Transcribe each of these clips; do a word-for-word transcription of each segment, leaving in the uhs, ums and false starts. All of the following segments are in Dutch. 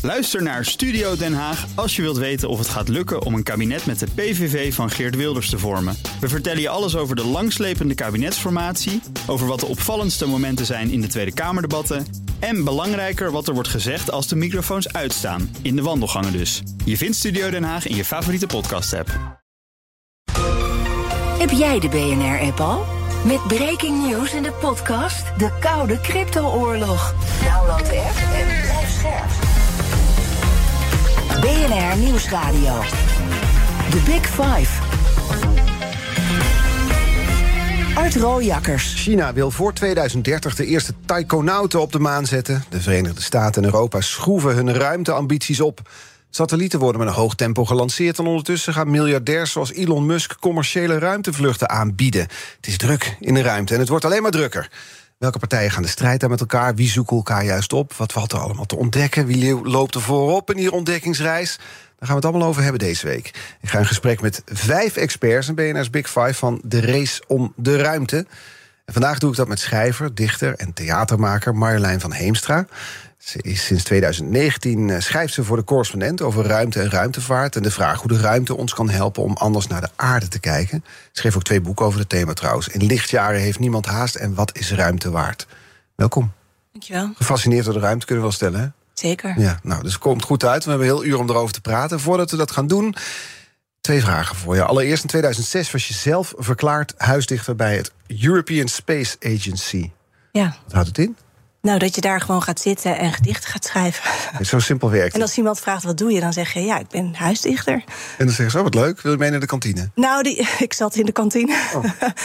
Luister naar Studio Den Haag als je wilt weten of het gaat lukken om een kabinet met de P V V van Geert Wilders te vormen. We vertellen je alles over de langslepende kabinetsformatie, over wat de opvallendste momenten zijn in de Tweede Kamerdebatten en belangrijker wat er wordt gezegd als de microfoons uitstaan, in de wandelgangen dus. Je vindt Studio Den Haag in je favoriete podcast-app. Heb jij de B N R-app al? Met breaking news in de podcast De Koude Crypto-oorlog. Download de app en blijf scherp. B N R Nieuwsradio. The Big Five. Art Rooijakkers. China wil voor tweeduizend dertig de eerste taikonauten op de maan zetten. De Verenigde Staten en Europa schroeven hun ruimteambities op. Satellieten worden met een hoog tempo gelanceerd en ondertussen gaan miljardairs zoals Elon Musk commerciële ruimtevluchten aanbieden. Het is druk in de ruimte en het wordt alleen maar drukker. Welke partijen gaan de strijd aan met elkaar? Wie zoeken elkaar juist op? Wat valt er allemaal te ontdekken? Wie loopt er voorop in die ontdekkingsreis? Daar gaan we het allemaal over hebben deze week. Ik ga in gesprek met vijf experts in B N R's Big Five van de race om de ruimte. En vandaag doe ik dat met schrijver, dichter en theatermaker Marjolein van Heemstra. Ze is sinds tweeduizend negentien schrijft ze voor de Correspondent over ruimte en ruimtevaart en de vraag hoe de ruimte ons kan helpen om anders naar de aarde te kijken. Ze schreef ook twee boeken over het thema trouwens. In lichtjaren heeft niemand haast en wat is ruimte waard? Welkom. Dankjewel. Gefascineerd door de ruimte kunnen we wel stellen, hè? Zeker. Ja, nou, dus het komt goed uit. We hebben een heel uur om erover te praten. Voordat we dat gaan doen, twee vragen voor je. Allereerst in tweeduizend zes was je zelf verklaard huisdichter bij het European Space Agency. Ja. Wat houdt het in? Nou, dat je daar gewoon gaat zitten en gedichten gaat schrijven. Zo simpel werkt het. En als iemand vraagt, wat doe je? Dan zeg je, ja, ik ben huisdichter. En dan zeggen ze, oh, wat leuk, wil je mee naar de kantine? Nou, die, ik zat in de kantine. Oh.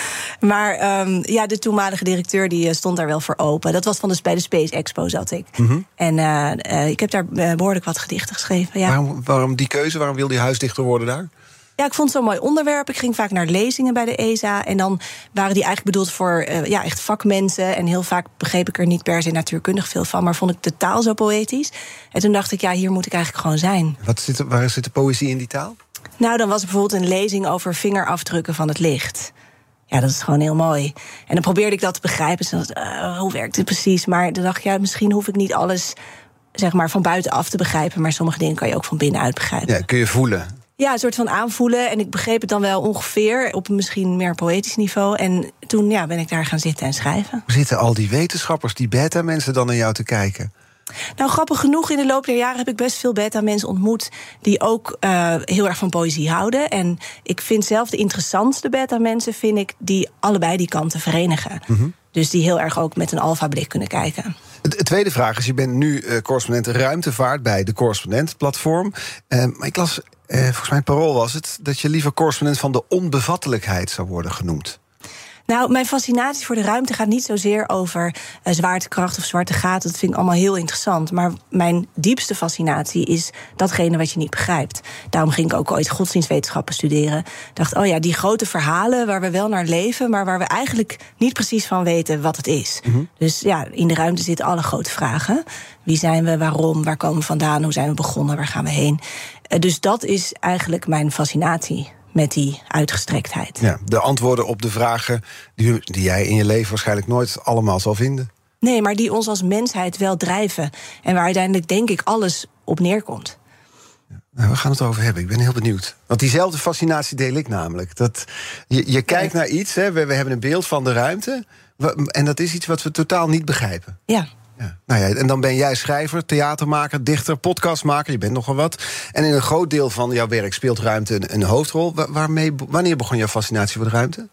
maar um, ja, de toenmalige directeur die stond daar wel voor open. Dat was van de, bij de Space Expo zat ik. Mm-hmm. En uh, uh, ik heb daar behoorlijk wat gedichten geschreven, ja. Waarom, waarom die keuze? Waarom wilde je huisdichter worden daar? Ja, ik vond het zo'n mooi onderwerp. Ik ging vaak naar lezingen bij de E S A. En dan waren die eigenlijk bedoeld voor uh, ja, echt vakmensen. En heel vaak begreep ik er niet per se natuurkundig veel van. Maar vond ik de taal zo poëtisch. En toen dacht ik, ja, hier moet ik eigenlijk gewoon zijn. Wat zit er, waar zit de poëzie in die taal? Nou, dan was er bijvoorbeeld een lezing over vingerafdrukken van het licht. Ja, dat is gewoon heel mooi. En dan probeerde ik dat te begrijpen. Dus dacht, uh, hoe werkt het precies? Maar dan dacht ik, ja, misschien hoef ik niet alles zeg maar van buitenaf te begrijpen. Maar sommige dingen kan je ook van binnenuit begrijpen. Ja, kun je voelen. Ja, een soort van aanvoelen. En ik begreep het dan wel ongeveer op een misschien meer poëtisch niveau. En toen ja, ben ik daar gaan zitten en schrijven. Hoe zitten al die wetenschappers, die beta-mensen dan naar jou te kijken? Nou, grappig genoeg, in de loop der jaren heb ik best veel beta-mensen ontmoet die ook uh, heel erg van poëzie houden. En ik vind zelf de interessantste beta-mensen, vind ik, die allebei die kanten verenigen. Mm-hmm. Dus die heel erg ook met een alfa-blik kunnen kijken. De tweede vraag is, je bent nu uh, correspondent ruimtevaart bij de Correspondent-platform. Uh, maar ik las, uh, volgens mij Parool was het, dat je liever correspondent van de onbevattelijkheid zou worden genoemd. Nou, mijn fascinatie voor de ruimte gaat niet zozeer over uh, zwaartekracht of zwarte gaten. Dat vind ik allemaal heel interessant. Maar mijn diepste fascinatie is datgene wat je niet begrijpt. Daarom ging ik ook ooit godsdienstwetenschappen studeren. Ik dacht, oh ja, die grote verhalen waar we wel naar leven, maar waar we eigenlijk niet precies van weten wat het is. Mm-hmm. Dus ja, in de ruimte zitten alle grote vragen. Wie zijn we, waarom, waar komen we vandaan, hoe zijn we begonnen, waar gaan we heen? Uh, dus dat is eigenlijk mijn fascinatie met die uitgestrektheid. Ja, de antwoorden op de vragen die, die jij in je leven waarschijnlijk nooit allemaal zal vinden. Nee, maar die ons als mensheid wel drijven. En waar uiteindelijk, denk ik, alles op neerkomt. Ja, nou, we gaan het over hebben. Ik ben heel benieuwd. Want diezelfde fascinatie deel ik namelijk. Dat je, je kijkt naar iets, hè, we, we hebben een beeld van de ruimte. En dat is iets wat we totaal niet begrijpen. Ja. Ja. Nou ja, en dan ben jij schrijver, theatermaker, dichter, podcastmaker. Je bent nogal wat. En in een groot deel van jouw werk speelt ruimte een, een hoofdrol. Waarmee, wanneer begon jouw fascinatie voor de ruimte?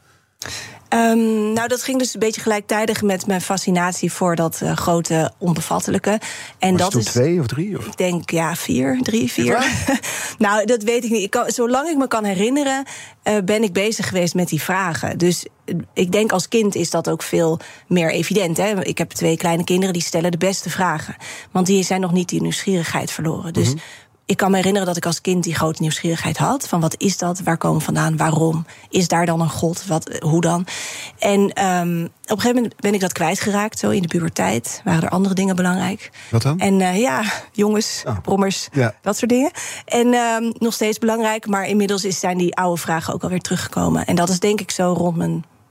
Um, nou, dat ging dus een beetje gelijktijdig met mijn fascinatie voor dat uh, grote onbevattelijke. En Was dat toen is twee of drie? Of? Ik denk, ja, vier, drie, vier. Nou, dat weet ik niet. Ik kan, zolang ik me kan herinneren, uh, ben ik bezig geweest met die vragen. Dus uh, ik denk als kind is dat ook veel meer evident. Hè? Ik heb twee kleine kinderen, die stellen de beste vragen. Want die zijn nog niet die nieuwsgierigheid verloren. Dus mm-hmm. Ik kan me herinneren dat ik als kind die grote nieuwsgierigheid had. Van wat is dat? Waar komen we vandaan? Waarom? Is daar dan een god? Wat, hoe dan? En um, op een gegeven moment ben ik dat kwijtgeraakt. Zo in de puberteit waren er andere dingen belangrijk. Wat dan? En uh, ja, jongens, oh. brommers, ja. dat soort dingen. En um, nog steeds belangrijk. Maar inmiddels is, zijn die oude vragen ook alweer teruggekomen. En dat is denk ik zo rond mijn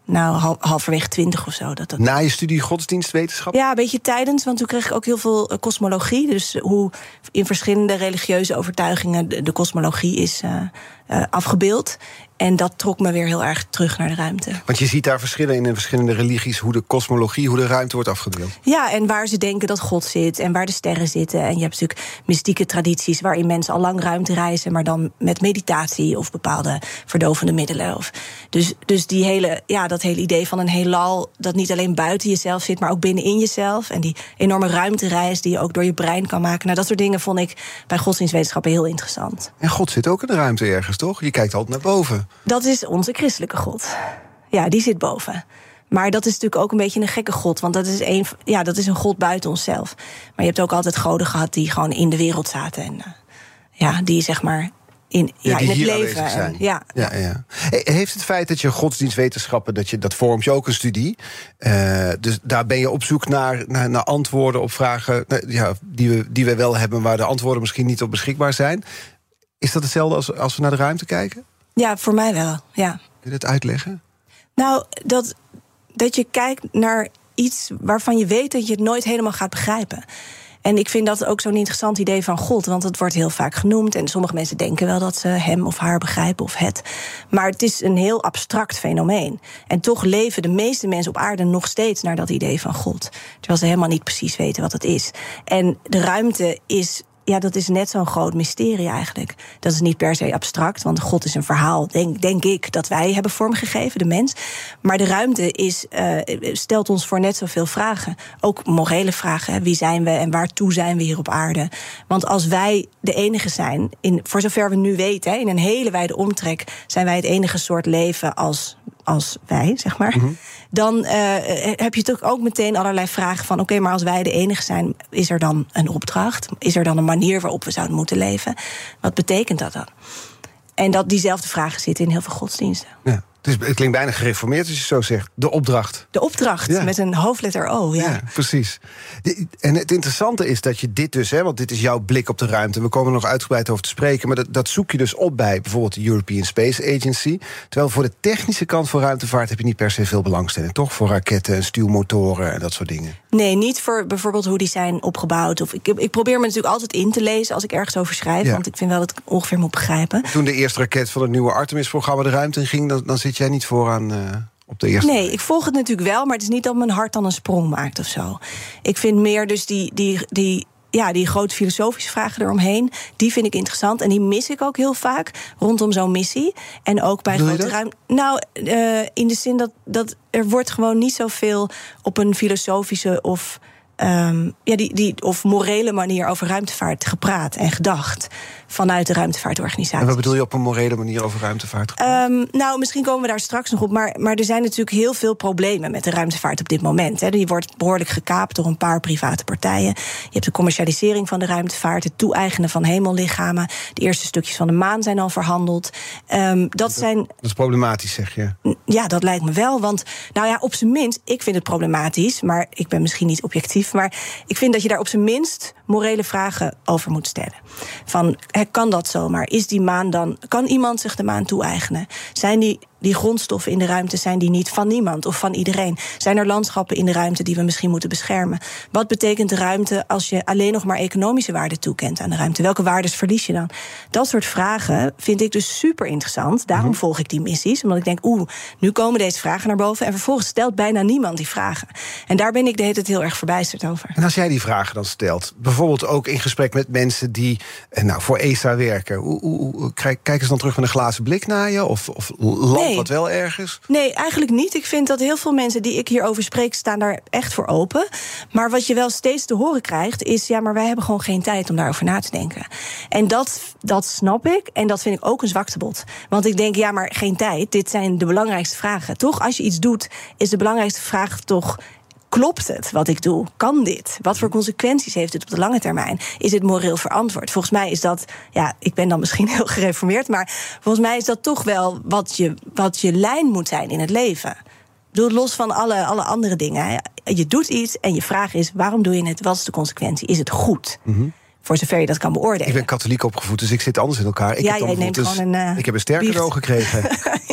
nou, hal, halverwege twintig of zo. Dat dat... Na je studie godsdienstwetenschap? Ja, een beetje tijdens, want toen kreeg ik ook heel veel uh, kosmologie. Dus hoe in verschillende religieuze overtuigingen de, de kosmologie is uh, uh, afgebeeld. En dat trok me weer heel erg terug naar de ruimte. Want je ziet daar verschillen in de verschillende religies, hoe de kosmologie, hoe de ruimte wordt afgebeeld. Ja, en waar ze denken dat God zit en waar de sterren zitten. En je hebt natuurlijk mystieke tradities waarin mensen al lang ruimte reizen, maar dan met meditatie of bepaalde verdovende middelen. Of, dus dus die hele, ja, dat hele idee van een heelal dat niet alleen buiten jezelf zit, maar ook binnenin jezelf. En die enorme ruimtereis die je ook door je brein kan maken. Nou, dat soort dingen vond ik bij godsdienstwetenschappen heel interessant. En God zit ook in de ruimte ergens, toch? Je kijkt altijd naar boven. Dat is onze christelijke God. Ja, die zit boven. Maar dat is natuurlijk ook een beetje een gekke God. Want dat is een, ja, dat is een God buiten onszelf. Maar je hebt ook altijd goden gehad die gewoon in de wereld zaten. En uh, ja, die zeg maar in, ja, ja, in het leven. Zijn. En, ja, ja, ja. Heeft het feit dat je godsdienstwetenschappen, dat, je, dat vormt je ook een studie. Uh, dus daar ben je op zoek naar, naar, naar antwoorden op vragen ja, die, we, die we wel hebben, waar de antwoorden misschien niet op beschikbaar zijn. Is dat hetzelfde als, als we naar de ruimte kijken? Ja, voor mij wel, ja. Kun je dat uitleggen? Nou, dat, dat je kijkt naar iets waarvan je weet dat je het nooit helemaal gaat begrijpen. En ik vind dat ook zo'n interessant idee van God, want het wordt heel vaak genoemd. En sommige mensen denken wel dat ze hem of haar begrijpen of het. Maar het is een heel abstract fenomeen. En toch leven de meeste mensen op aarde nog steeds naar dat idee van God. Terwijl ze helemaal niet precies weten wat het is. En de ruimte is... Ja, dat is net zo'n groot mysterie eigenlijk. Dat is niet per se abstract, want God is een verhaal, denk, denk ik, dat wij hebben vormgegeven, de mens. Maar de ruimte is, uh, stelt ons voor net zoveel vragen. Ook morele vragen. Hè. Wie zijn we en waartoe zijn we hier op aarde? Want als wij de enige zijn, in, voor zover we nu weten, hè, in een hele wijde omtrek, zijn wij het enige soort leven als, als wij, zeg maar. Mm-hmm. Dan uh, heb je toch ook meteen allerlei vragen van... oké, okay, maar als wij de enige zijn, is er dan een opdracht? Is er dan een manier waarop we zouden moeten leven? Wat betekent dat dan? En dat diezelfde vragen zitten in heel veel godsdiensten. Ja. Dus het klinkt bijna gereformeerd als je zo zegt. De opdracht. De opdracht, ja. Met een hoofdletter O, ja. Ja, precies. En het interessante is dat je dit dus, hè, want dit is jouw blik op de ruimte. We komen er nog uitgebreid over te spreken. Maar dat, dat zoek je dus op bij bijvoorbeeld de European Space Agency. Terwijl voor de technische kant van ruimtevaart heb je niet per se veel belangstelling, toch? Voor raketten en stuwmotoren en dat soort dingen. Nee, niet voor bijvoorbeeld hoe die zijn opgebouwd. Of ik, ik probeer me natuurlijk altijd in te lezen als ik ergens over schrijf. Ja. Want ik vind wel dat ik ongeveer moet begrijpen. Toen de eerste raket van het nieuwe Artemis-programma de ruimte in ging, dan, dan zit jij niet vooraan uh, op de eerste. Nee, ik volg het natuurlijk wel, maar het is niet dat mijn hart dan een sprong maakt of zo. Ik vind meer dus die, die, die, ja, die grote filosofische vragen eromheen, die vind ik interessant. En die mis ik ook heel vaak rondom zo'n missie. En ook bij grote ruimte. Nou, uh, in de zin dat, dat er wordt gewoon niet zoveel op een filosofische of Um, ja, die, die, of morele manier over ruimtevaart gepraat en gedacht vanuit de ruimtevaartorganisatie. En wat bedoel je op een morele manier over ruimtevaart gepraat? Um, nou, misschien komen we daar straks nog op, maar, maar er zijn natuurlijk heel veel problemen met de ruimtevaart op dit moment. Hè. Die wordt behoorlijk gekaapt door een paar private partijen. Je hebt de commercialisering van de ruimtevaart, het toe-eigenen van hemellichamen. De eerste stukjes van de maan zijn al verhandeld. Um, dat, dat, zijn, dat is problematisch, zeg je? Ja, dat lijkt me wel, want nou ja, op zijn minst, ik vind het problematisch, maar ik ben misschien niet objectief. Maar ik vind dat je daar op zijn minst morele vragen over moet stellen. Van, kan dat zomaar? Is die maan dan, kan iemand zich de maan toe-eigenen? Zijn die, die grondstoffen in de ruimte, zijn die niet van niemand of van iedereen? Zijn er landschappen in de ruimte die we misschien moeten beschermen? Wat betekent de ruimte als je alleen nog maar economische waarde toekent aan de ruimte? Welke waardes verlies je dan? Dat soort vragen vind ik dus super interessant. Daarom mm-hmm. volg ik die missies. Omdat ik denk, oeh, nu komen deze vragen naar boven. En vervolgens stelt bijna niemand die vragen. En daar ben ik de hele tijd heel erg verbijsterd over. En als jij die vragen dan stelt, bijvoorbeeld ook in gesprek met mensen die nou, voor E S A werken, hoe, hoe, hoe, kijken ze dan terug met een glazen blik naar je? Of, of landt nee. dat wel ergens? Nee, eigenlijk niet. Ik vind dat heel veel mensen die ik hierover spreek, staan daar echt voor open. Maar wat je wel steeds te horen krijgt, is ja, maar wij hebben gewoon geen tijd om daarover na te denken. En dat, dat snap ik. En dat vind ik ook een zwaktebod. Want ik denk, ja, maar geen tijd. Dit zijn de belangrijkste vragen. Toch, als je iets doet, is de belangrijkste vraag toch, klopt het wat ik doe? Kan dit? Wat voor consequenties heeft het op de lange termijn? Is het moreel verantwoord? Volgens mij is dat, ja, ik ben dan misschien heel gereformeerd, maar volgens mij is dat toch wel wat je, wat je lijn moet zijn in het leven. Ik bedoel, los van alle, alle andere dingen. Je doet iets en je vraag is, waarom doe je het? Wat is de consequentie? Is het goed? Mm-hmm. Voor zover je dat kan beoordelen. Ik ben katholiek opgevoed, dus ik zit anders in elkaar. Ik ja, heb jij neemt dus, gewoon een uh, Ik heb een sterker oog gekregen.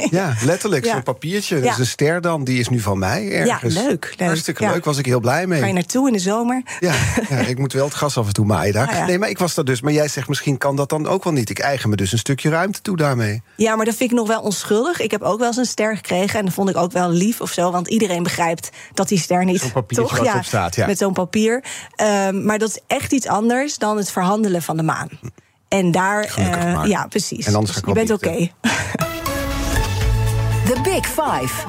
Ja, letterlijk. Ja. Zo'n papiertje. Dat Ja. is een ster dan. Die is nu van mij ergens. Ja, leuk. leuk. Hartstikke Ja. leuk. Was ik heel blij mee. Ga je naartoe in de zomer? Ja, ja, ik moet wel het gas af en toe maaien daar. Ah, ja. Nee, maar ik was daar dus. Maar jij zegt, misschien kan dat dan ook wel niet. Ik eigen me dus een stukje ruimte toe daarmee. Ja, maar dat vind ik nog wel onschuldig. Ik heb ook wel eens een ster gekregen. En dat vond ik ook wel lief of zo. Want iedereen begrijpt dat die ster niet... Zo'n papiertje toch? wat Ja, erop staat, ja. Met zo'n papier. Um, maar dat is echt iets anders dan het verhandelen van de maan. En daar... Gelukkig uh, maar. ja, precies. En anders Dus ga ik je wel bent oké. The Big Five.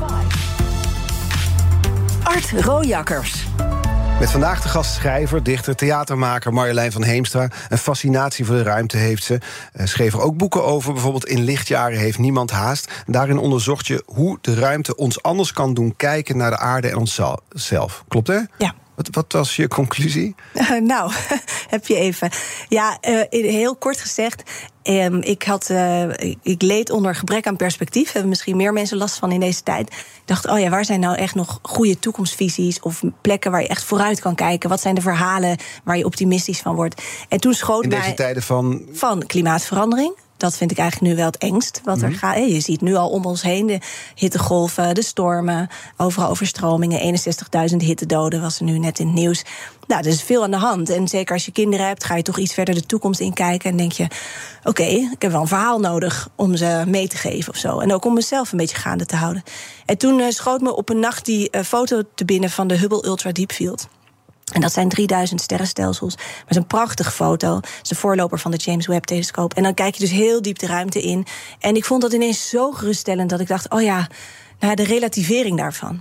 Art Rojakkers. Met vandaag de gast schrijver, dichter, theatermaker Marjolein van Heemstra. Een fascinatie voor de ruimte heeft ze. Uh, schreef er ook boeken over. Bijvoorbeeld In lichtjaren heeft niemand haast. Daarin onderzocht je hoe de ruimte ons anders kan doen kijken naar de aarde en onszelf. Klopt, hè? Ja. Wat, wat was je conclusie? Uh, nou, heb je even. Ja, uh, heel kort gezegd. Um, ik, had, uh, ik leed onder gebrek aan perspectief. Hebben misschien meer mensen last van in deze tijd. Ik dacht, oh ja, waar zijn nou echt nog goede toekomstvisies? Of plekken waar je echt vooruit kan kijken? Wat zijn de verhalen waar je optimistisch van wordt? En toen schoot in mij... deze tijden van... Van klimaatverandering. Dat vind ik eigenlijk nu wel het engst wat er gaat. Je ziet nu al om ons heen de hittegolven, de stormen, overal overstromingen. eenenzestigduizend hittedoden was er nu net in het nieuws. Nou, er is veel aan de hand. En zeker als je kinderen hebt, ga je toch iets verder de toekomst inkijken. En denk je, oké, okay, ik heb wel een verhaal nodig om ze mee te geven of zo. En ook om mezelf een beetje gaande te houden. En toen uh, schoot me op een nacht die uh, foto te binnen van de Hubble Ultra Deep Field. En dat zijn drieduizend sterrenstelsels. Maar het is een prachtige foto. Het is de voorloper van de James Webb-telescoop. En dan kijk je dus heel diep de ruimte in. En ik vond dat ineens zo geruststellend dat ik dacht, oh ja, nou, de relativering daarvan.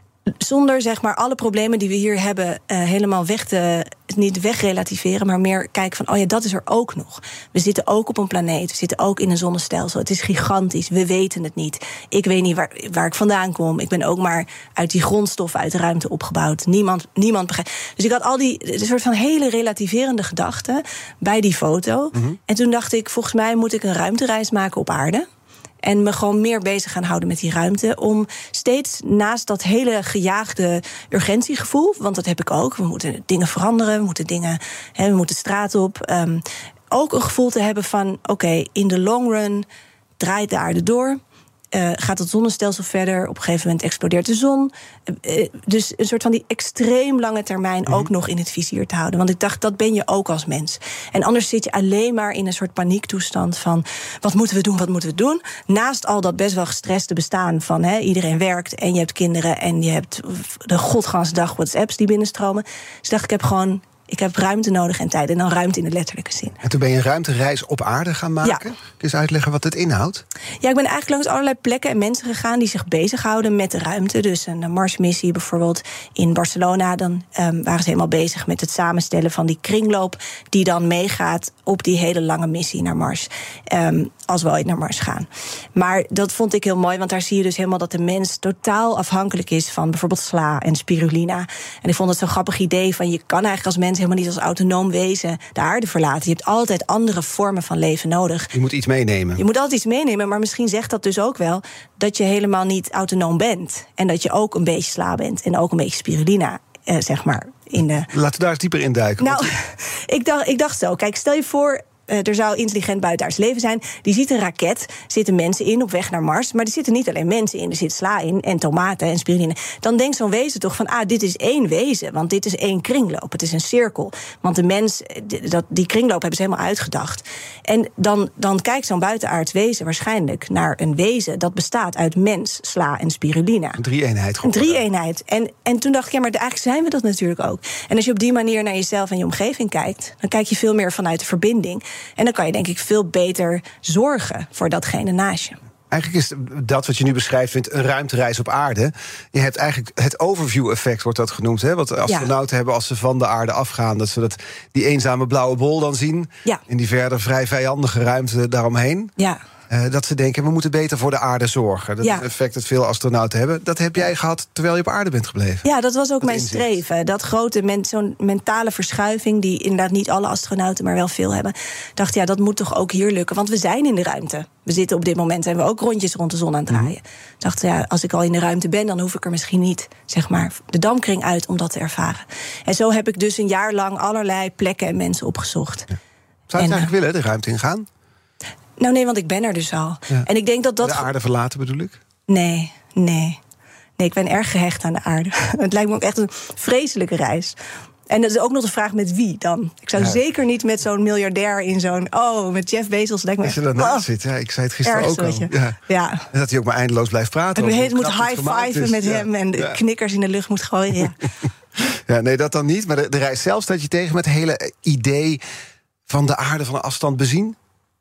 Zonder zeg maar alle problemen die we hier hebben uh, helemaal weg te, niet wegrelativeren, maar meer kijken van, oh ja, dat is er ook nog. We zitten ook op een planeet, we zitten ook in een zonnestelsel. Het is gigantisch, we weten het niet. Ik weet niet waar, waar ik vandaan kom. Ik ben ook maar uit die grondstoffen uit de ruimte opgebouwd. Niemand, niemand begrijpt. Dus ik had al die een soort van hele relativerende gedachten bij die foto. Mm-hmm. En toen dacht ik, volgens mij moet ik een ruimtereis maken op aarde. En me gewoon meer bezig gaan houden met die ruimte. Om steeds naast dat hele gejaagde urgentiegevoel, want dat heb ik ook. We moeten dingen veranderen, we moeten dingen, hè, we moeten de straat op. Um, ook een gevoel te hebben van, oké, okay, in de long run draait de aarde door. Uh, gaat het zonnestelsel verder. Op een gegeven moment explodeert de zon. Uh, dus een soort van die extreem lange termijn ook mm-hmm. nog in het vizier te houden. Want ik dacht, dat ben je ook als mens. En anders zit je alleen maar in een soort paniektoestand van, wat moeten we doen, wat moeten we doen? Naast al dat best wel gestreste bestaan van, hè, iedereen werkt en je hebt kinderen en je hebt de godganse dag WhatsApps die binnenstromen. Dus dacht ik, heb gewoon... Ik heb ruimte nodig en tijd. En dan ruimte in de letterlijke zin. En toen ben je een ruimtereis op aarde gaan maken? Ja. Kun je eens uitleggen wat het inhoudt? Ja, ik ben eigenlijk langs allerlei plekken en mensen gegaan die zich bezighouden met de ruimte. Dus een Marsmissie bijvoorbeeld in Barcelona. Dan um, waren ze helemaal bezig met het samenstellen van die kringloop die dan meegaat op die hele lange missie naar Mars. Um, als we ooit naar Mars gaan. Maar dat vond ik heel mooi, want daar zie je dus helemaal dat de mens totaal afhankelijk is van bijvoorbeeld sla en spirulina. En ik vond het zo'n grappig idee van, je kan eigenlijk als mens helemaal niet als autonoom wezen de aarde verlaten. Je hebt altijd andere vormen van leven nodig. Je moet iets meenemen. Je moet altijd iets meenemen, maar misschien zegt dat dus ook wel dat je helemaal niet autonoom bent. En dat je ook een beetje sla bent en ook een beetje spirulina, eh, zeg maar. In de... Laten we daar eens dieper in duiken. Nou, ik dacht, ik dacht zo, kijk, stel je voor, Uh, er zou intelligent buitenaards leven zijn. Die ziet een raket, zitten mensen in op weg naar Mars. Maar er zitten niet alleen mensen in, er zit sla in en tomaten en spiruline. Dan denkt zo'n wezen toch van, ah, dit is één wezen. Want dit is één kringloop, het is een cirkel. Want de mens, die, dat, die kringloop hebben ze helemaal uitgedacht. En dan, dan kijkt zo'n buitenaards wezen waarschijnlijk naar een wezen dat bestaat uit mens, sla en spirulina. Een drie-eenheid. Een drie-eenheid. En, en toen dacht ik, ja, maar eigenlijk zijn we dat natuurlijk ook. En als je op die manier naar jezelf en je omgeving kijkt, dan kijk je veel meer vanuit de verbinding. En dan kan je denk ik veel beter zorgen voor datgene naast je. Eigenlijk is dat wat je nu beschrijft, vindt een ruimtereis op aarde. Je hebt eigenlijk het overview-effect, wordt dat genoemd. Hè? Wat astronauten ja. hebben als ze van de aarde afgaan. Dat ze dat, die eenzame blauwe bol dan zien. Ja. In die verder vrij vijandige ruimte daaromheen. Ja. Uh, dat ze denken, we moeten beter voor de aarde zorgen. Dat ja. is een effect dat veel astronauten hebben. Dat heb jij gehad terwijl je op aarde bent gebleven. Ja, dat was ook dat mijn inzicht. streven. Dat grote, men, zo'n mentale verschuiving die inderdaad niet alle astronauten, maar wel veel hebben. Dacht, ja, dat moet toch ook hier lukken. Want we zijn in de ruimte. We zitten op dit moment en we ook rondjes rond de zon aan het draaien. Mm. Dacht, ja, als ik al in de ruimte ben, dan hoef ik er misschien niet, zeg maar, de dampkring uit om dat te ervaren. En zo heb ik dus een jaar lang allerlei plekken en mensen opgezocht. Ja. Zou je het en, eigenlijk willen, de ruimte ingaan? Nou nee, want ik ben er dus al. Ja. En ik denk dat dat... De aarde verlaten bedoel ik? Nee, nee. Nee, ik ben erg gehecht aan de aarde. Het lijkt me ook echt een vreselijke reis. En dat is ook nog de vraag met wie dan. Ik zou ja. zeker niet met zo'n miljardair in zo'n... Oh, met Jeff Bezos. Lijkt me Als je daarnaast oh, zit, ja, ik zei het gisteren ook al. Ja. Ja. En dat hij ook maar eindeloos blijft praten. En het moet high-fiven met ja. hem en ja. knikkers in de lucht moet gooien. Ja. ja, nee, dat dan niet. Maar de, de reis zelf staat je tegen met het hele idee van de aarde van een afstand bezien?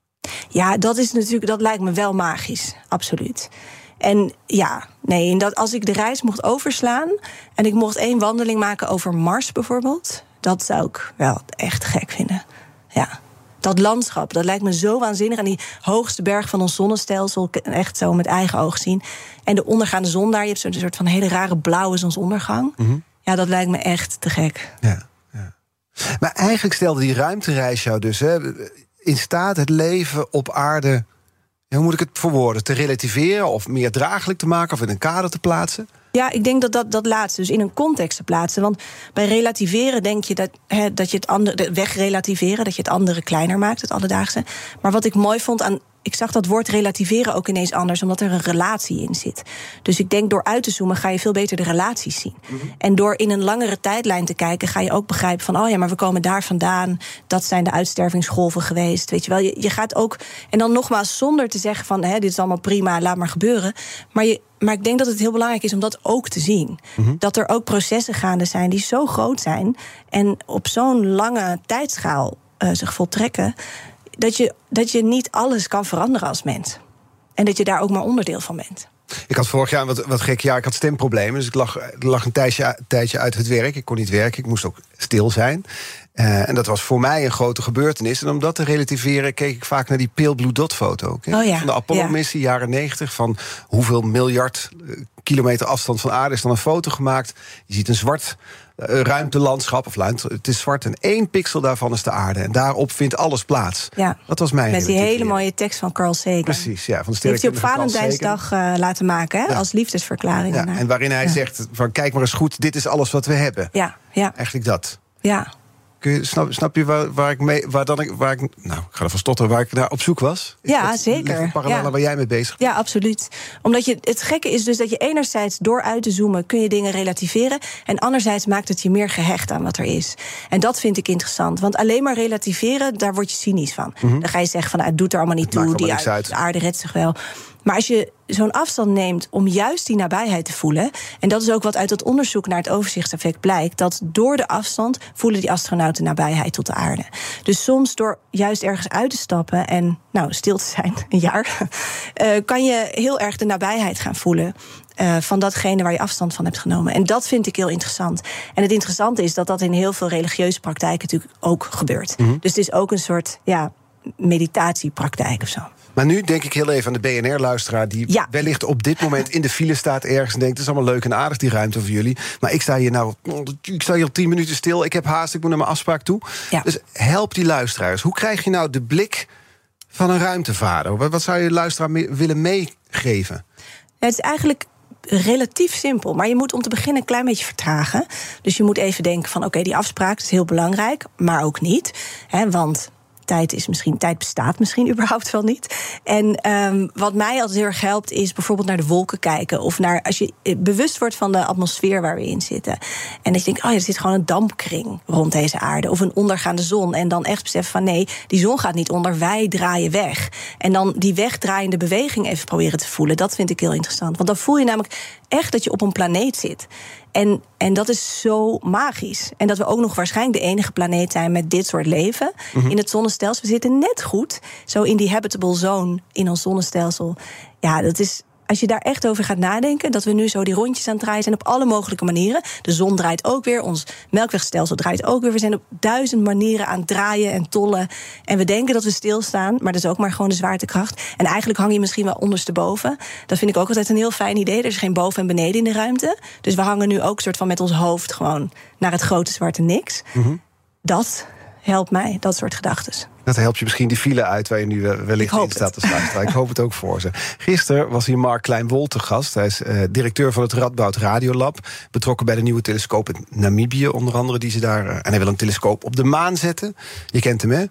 Ja, dat is natuurlijk, dat lijkt me wel magisch. Absoluut. En ja, nee, dat als ik de reis mocht overslaan en ik mocht één wandeling maken over Mars bijvoorbeeld, dat zou ik wel echt gek vinden. Ja. Dat landschap, dat lijkt me zo waanzinnig. En die hoogste berg van ons zonnestelsel, echt zo met eigen oog zien. En de ondergaande zon daar, je hebt zo'n soort van hele rare blauwe zonsondergang. Mm-hmm. Ja, dat lijkt me echt te gek. Ja, ja. Maar eigenlijk stelde die ruimtereis jou dus hè, in staat het leven op aarde, hoe moet ik het verwoorden, te relativeren of meer draaglijk te maken of in een kader te plaatsen? Ja, ik denk dat dat, dat laatste, dus in een context te plaatsen. Want bij relativeren denk je dat, he, dat je het andere, wegrelativeren, dat je het andere kleiner maakt, het alledaagse. Maar wat ik mooi vond aan, ik zag dat woord relativeren ook ineens anders, omdat er een relatie in zit. Dus ik denk door uit te zoomen ga je veel beter de relaties zien. Mm-hmm. En door in een langere tijdlijn te kijken, ga je ook begrijpen van, oh ja, maar we komen daar vandaan. Dat zijn de uitstervingsgolven geweest. Weet je wel, je, je gaat ook, en dan nogmaals zonder te zeggen van, hè, dit is allemaal prima, laat maar gebeuren. Maar je Maar ik denk dat het heel belangrijk is om dat ook te zien. Mm-hmm. Dat er ook processen gaande zijn die zo groot zijn en op zo'n lange tijdschaal uh, zich voltrekken, dat je, dat je niet alles kan veranderen als mens. En dat je daar ook maar onderdeel van bent. Ik had vorig jaar wat, wat gek jaar, ik had stemproblemen. Dus ik lag, lag een tijdje, tijdje uit het werk. Ik kon niet werken, ik moest ook stil zijn. Uh, en dat was voor mij een grote gebeurtenis. En om dat te relativeren keek ik vaak naar die Pale Blue Dot foto. Okay? Oh ja, van de Apollo-missie, ja. jaren negentig. Van hoeveel miljard uh, kilometer afstand van aarde is dan een foto gemaakt. Je ziet een zwart uh, ruimtelandschap. Of ruimte, het is zwart en één pixel daarvan is de aarde. En daarop vindt alles plaats. Ja. Dat was mijn Met die hele mooie tekst van Carl Sagan. Precies, ja. Van de die heeft hij op Valentijnsdag uh, laten maken, hè, ja. als liefdesverklaring. Ja, en waarin hij ja. zegt, van, kijk maar eens goed, dit is alles wat we hebben. Ja, ja. Eigenlijk dat. Ja. Kun je, snap, snap je waar, waar ik mee, waar dan ik, waar ik, nou, ik ga ervan stotteren, waar ik naar op zoek was? Ja, dat, zeker. Parallellen ja. waar jij mee bezig bent. Ja, absoluut. Omdat je, het gekke is dus dat je enerzijds door uit te zoomen kun je dingen relativeren, en anderzijds maakt het je meer gehecht aan wat er is. En dat vind ik interessant, want alleen maar relativeren, daar word je cynisch van. Mm-hmm. Dan ga je zeggen van, nou, het doet er allemaal niet het toe, die uit, uit. de aarde redt zich wel. Maar als je zo'n afstand neemt om juist die nabijheid te voelen, en dat is ook wat uit het onderzoek naar het overzichtseffect blijkt, dat door de afstand voelen die astronauten nabijheid tot de aarde. Dus soms door juist ergens uit te stappen en nou stil te zijn, een jaar, uh, kan je heel erg de nabijheid gaan voelen Uh, van datgene waar je afstand van hebt genomen. En dat vind ik heel interessant. En het interessante is dat dat in heel veel religieuze praktijken natuurlijk ook gebeurt. Mm-hmm. Dus het is ook een soort ja, meditatiepraktijk of zo. Maar nu denk ik heel even aan de B N R-luisteraar die ja. wellicht op dit moment in de file staat ergens en denkt, het is allemaal leuk en aardig die ruimte voor jullie, maar ik sta hier nou, ik sta hier al tien minuten stil, ik heb haast, ik moet naar mijn afspraak toe. Ja. Dus help die luisteraars. Hoe krijg je nou de blik van een ruimtevader? Wat zou je luisteraar me- willen meegeven? Ja, het is eigenlijk relatief simpel, maar je moet om te beginnen een klein beetje vertragen. Dus je moet even denken van, oké, okay, die afspraak is heel belangrijk, maar ook niet. Hè, want tijd is misschien, tijd bestaat misschien überhaupt wel niet. En um, wat mij altijd heel erg helpt is bijvoorbeeld naar de wolken kijken, of naar, als je bewust wordt van de atmosfeer waar we in zitten. En dat je denkt, oh ja, er zit gewoon een dampkring rond deze aarde, of een ondergaande zon. En dan echt beseffen van, nee, die zon gaat niet onder, wij draaien weg. En dan die wegdraaiende beweging even proberen te voelen. Dat vind ik heel interessant. Want dan voel je namelijk echt dat je op een planeet zit. En, en dat is zo magisch. En dat we ook nog waarschijnlijk de enige planeet zijn met dit soort leven mm-hmm. in het zonnestelsel. We zitten net goed zo in die habitable zone in ons zonnestelsel. Ja, dat is, als je daar echt over gaat nadenken, dat we nu zo die rondjes aan het draaien zijn op alle mogelijke manieren. De zon draait ook weer, ons melkwegstelsel draait ook weer. We zijn op duizend manieren aan het draaien en tollen. En we denken dat we stilstaan, maar dat is ook maar gewoon de zwaartekracht. En eigenlijk hang je misschien wel ondersteboven. Dat vind ik ook altijd een heel fijn idee. Er is geen boven en beneden in de ruimte. Dus we hangen nu ook soort van met ons hoofd gewoon naar het grote zwarte niks. Mm-hmm. Dat helpt mij, dat soort gedachten. Dat helpt je misschien die file uit waar je nu wellicht in staat te sluiten. Ik hoop het ook voor ze. Gisteren was hier Mark Klein-Wol te gast. Hij is uh, directeur van het Radboud Radiolab. Betrokken bij de nieuwe telescoop in Namibië onder andere. Die ze daar, uh, en hij wil een telescoop op de maan zetten. Je kent hem, hè? Ja.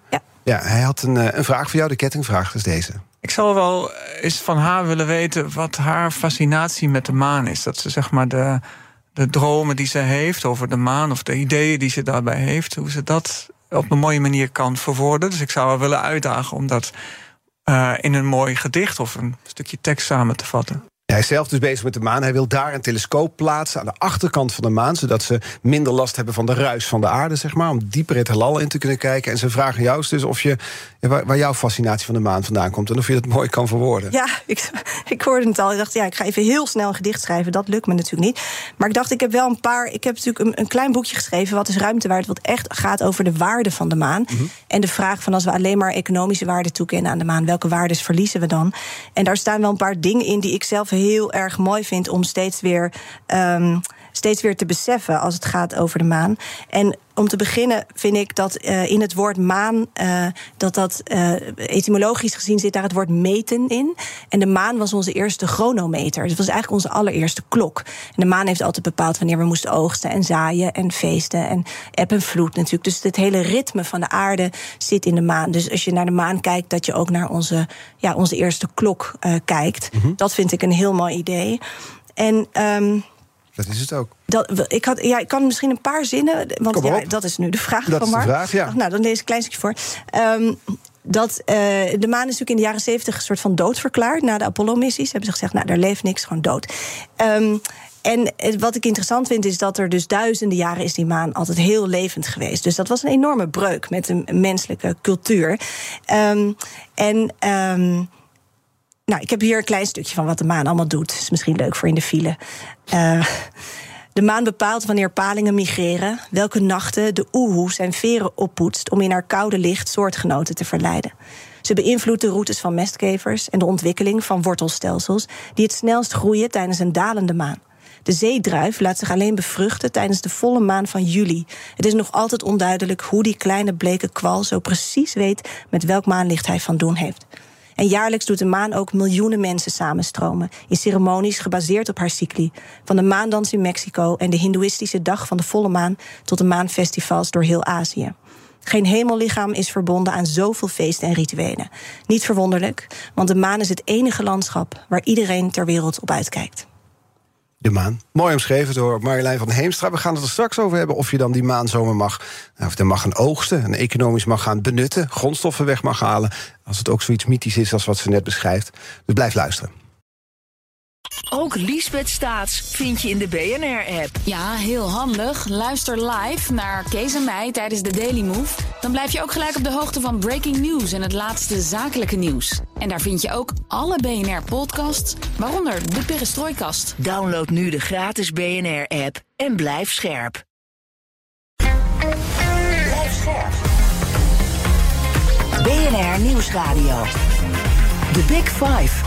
Ja, hij had een, een vraag voor jou, de kettingvraag, dat is deze. Ik zou wel eens van haar willen weten wat haar fascinatie met de maan is. Dat ze zeg maar de, de dromen die ze heeft over de maan, of de ideeën die ze daarbij heeft, hoe ze dat op een mooie manier kan verwoorden. Dus ik zou haar willen uitdagen om dat uh, in een mooi gedicht of een stukje tekst samen te vatten. Hij is zelf dus bezig met de maan. Hij wil daar een telescoop plaatsen aan de achterkant van de maan, zodat ze minder last hebben van de ruis van de aarde, zeg maar, om dieper het heelal in te kunnen kijken. En zijn vraag aan jou is dus of je, waar, waar jouw fascinatie van de maan vandaan komt en of je dat mooi kan verwoorden. Ja, ik, ik hoorde het al. Ik dacht, ja, ik ga even heel snel een gedicht schrijven. Dat lukt me natuurlijk niet. Maar ik dacht, ik heb wel een paar. Ik heb natuurlijk een, een klein boekje geschreven, Wat is ruimtewaarde, wat echt gaat over de waarde van de maan. Mm-hmm. En de vraag van als we alleen maar economische waarde toekennen aan de maan, welke waardes verliezen we dan? En daar staan wel een paar dingen in die ik zelf heel erg mooi vind om steeds weer, um, steeds weer te beseffen als het gaat over de maan. En om te beginnen vind ik dat uh, in het woord maan, uh, dat dat uh, etymologisch gezien zit daar het woord meten in. En de maan was onze eerste chronometer. Het was eigenlijk onze allereerste klok. En de maan heeft altijd bepaald wanneer we moesten oogsten en zaaien en feesten en eb en vloed natuurlijk. Dus het hele ritme van de aarde zit in de maan. Dus als je naar de maan kijkt, dat je ook naar onze, ja, onze eerste klok uh, kijkt. Mm-hmm. Dat vind ik een heel mooi idee. En Um, dat is het ook. Dat, ik, had, ja, ik kan misschien een paar zinnen, want ja, dat is nu de vraag dat van Mark. Dat is de vraag, ja. Nou, dan lees ik een klein stukje voor. Um, dat, uh, de maan is natuurlijk in de jaren zeventig een soort van dood verklaard. Na de Apollo-missies hebben ze gezegd, nou, daar leeft niks, gewoon dood. Um, En wat ik interessant vind is dat er dus duizenden jaren is die maan altijd heel levend geweest. Dus dat was een enorme breuk met de menselijke cultuur. Um, en Um, Nou, ik heb hier een klein stukje van wat de maan allemaal doet. Dat is misschien leuk voor in de file. Uh, de maan bepaalt wanneer palingen migreren, welke nachten de oehoe zijn veren oppoetst om in haar koude licht soortgenoten te verleiden. Ze beïnvloedt de routes van mestkevers en de ontwikkeling van wortelstelsels die het snelst groeien tijdens een dalende maan. De zeedruif laat zich alleen bevruchten tijdens de volle maan van juli. Het is nog altijd onduidelijk hoe die kleine bleke kwal zo precies weet met welk maanlicht hij van doen heeft. En jaarlijks doet de maan ook miljoenen mensen samenstromen in ceremonies gebaseerd op haar cycli. Van de maandans in Mexico en de hindoeïstische dag van de volle maan tot de maanfestivals door heel Azië. Geen hemellichaam is verbonden aan zoveel feesten en rituelen. Niet verwonderlijk, want de maan is het enige landschap waar iedereen ter wereld op uitkijkt. De maan. Mooi omschreven door Marjolein van Heemstra. We gaan het er straks over hebben of je dan die maan zomaar mag, of er mag gaan oogsten en economisch mag gaan benutten, grondstoffen weg mag halen, als het ook zoiets mythisch is als wat ze net beschrijft. Dus blijf luisteren. Ook Liesbeth Staats vind je in de B N R-app. Ja, heel handig. Luister live naar Kees en mij tijdens de Daily Move. Dan blijf je ook gelijk op de hoogte van breaking news en het laatste zakelijke nieuws. En daar vind je ook alle B N R-podcasts, waaronder de Perestrooikast. Download nu de gratis B N R-app en blijf scherp. Blijf scherp. B N R Nieuwsradio. The Big Five.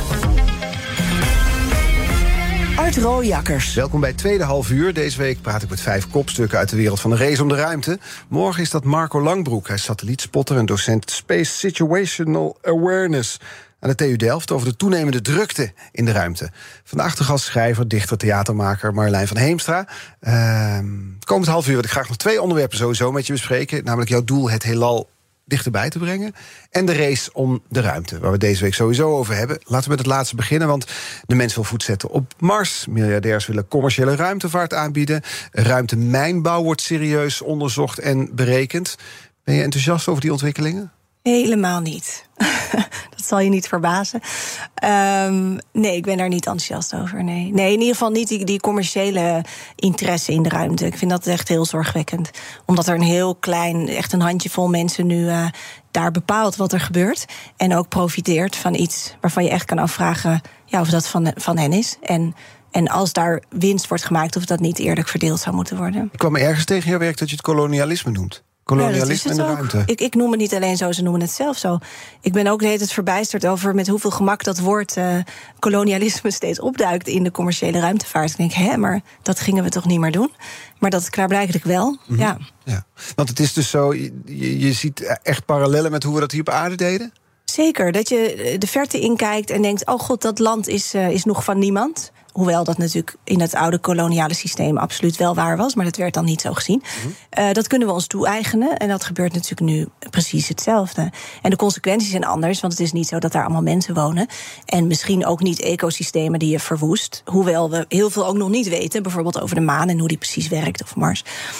Art Rooijakkers. Welkom bij het tweede half uur. Deze week praat ik met vijf kopstukken uit de wereld van de race om de ruimte. Morgen is dat Marco Langbroek. Hij is satellietspotter en docent Space Situational Awareness aan de T U Delft over de toenemende drukte in de ruimte. Vandaag de gastschrijver, dichter, theatermaker Marjolein van Heemstra. Uh, komend half uur wil ik graag nog twee onderwerpen sowieso met je bespreken. Namelijk jouw doel het heelal dichterbij te brengen. En de race om de ruimte, waar we deze week sowieso over hebben. Laten we met het laatste beginnen, want de mens wil voet zetten op Mars. Miljardairs willen commerciële ruimtevaart aanbieden. Ruimtemijnbouw wordt serieus onderzocht en berekend. Ben je enthousiast over die ontwikkelingen? Helemaal niet. Dat zal je niet verbazen. Um, nee, ik ben daar niet enthousiast over. Nee, nee in ieder geval niet die, die commerciële interesse in de ruimte. Ik vind dat echt heel zorgwekkend. Omdat er een heel klein, echt een handjevol mensen nu uh, daar bepaalt wat er gebeurt. En ook profiteert van iets waarvan je echt kan afvragen ja, of dat van, van hen is. En En als daar winst wordt gemaakt, of dat niet eerlijk verdeeld zou moeten worden. Ik kwam ergens tegen jouw werk dat je het kolonialisme noemt. Kolonialisme in de ruimte. Ik, ik noem het niet alleen zo, ze noemen het zelf zo. Ik ben ook de hele tijd verbijsterd over met hoeveel gemak dat woord uh, kolonialisme steeds opduikt in de commerciële ruimtevaart. Ik denk, hè, maar dat gingen we toch niet meer doen? Maar dat klaarblijkelijk wel, mm-hmm. ja. ja. Want het is dus zo, je, je ziet echt parallellen met hoe we dat hier op aarde deden? Zeker, dat je de verte inkijkt en denkt, oh god, dat land is, uh, is nog van niemand. Hoewel dat natuurlijk in het oude koloniale systeem absoluut wel waar was, maar dat werd dan niet zo gezien. Mm-hmm. Uh, dat kunnen we ons toe-eigenen en dat gebeurt natuurlijk nu precies hetzelfde. En de consequenties zijn anders, want het is niet zo dat daar allemaal mensen wonen. En misschien ook niet ecosystemen die je verwoest. Hoewel we heel veel ook nog niet weten, bijvoorbeeld over de maan en hoe die precies werkt, of Mars.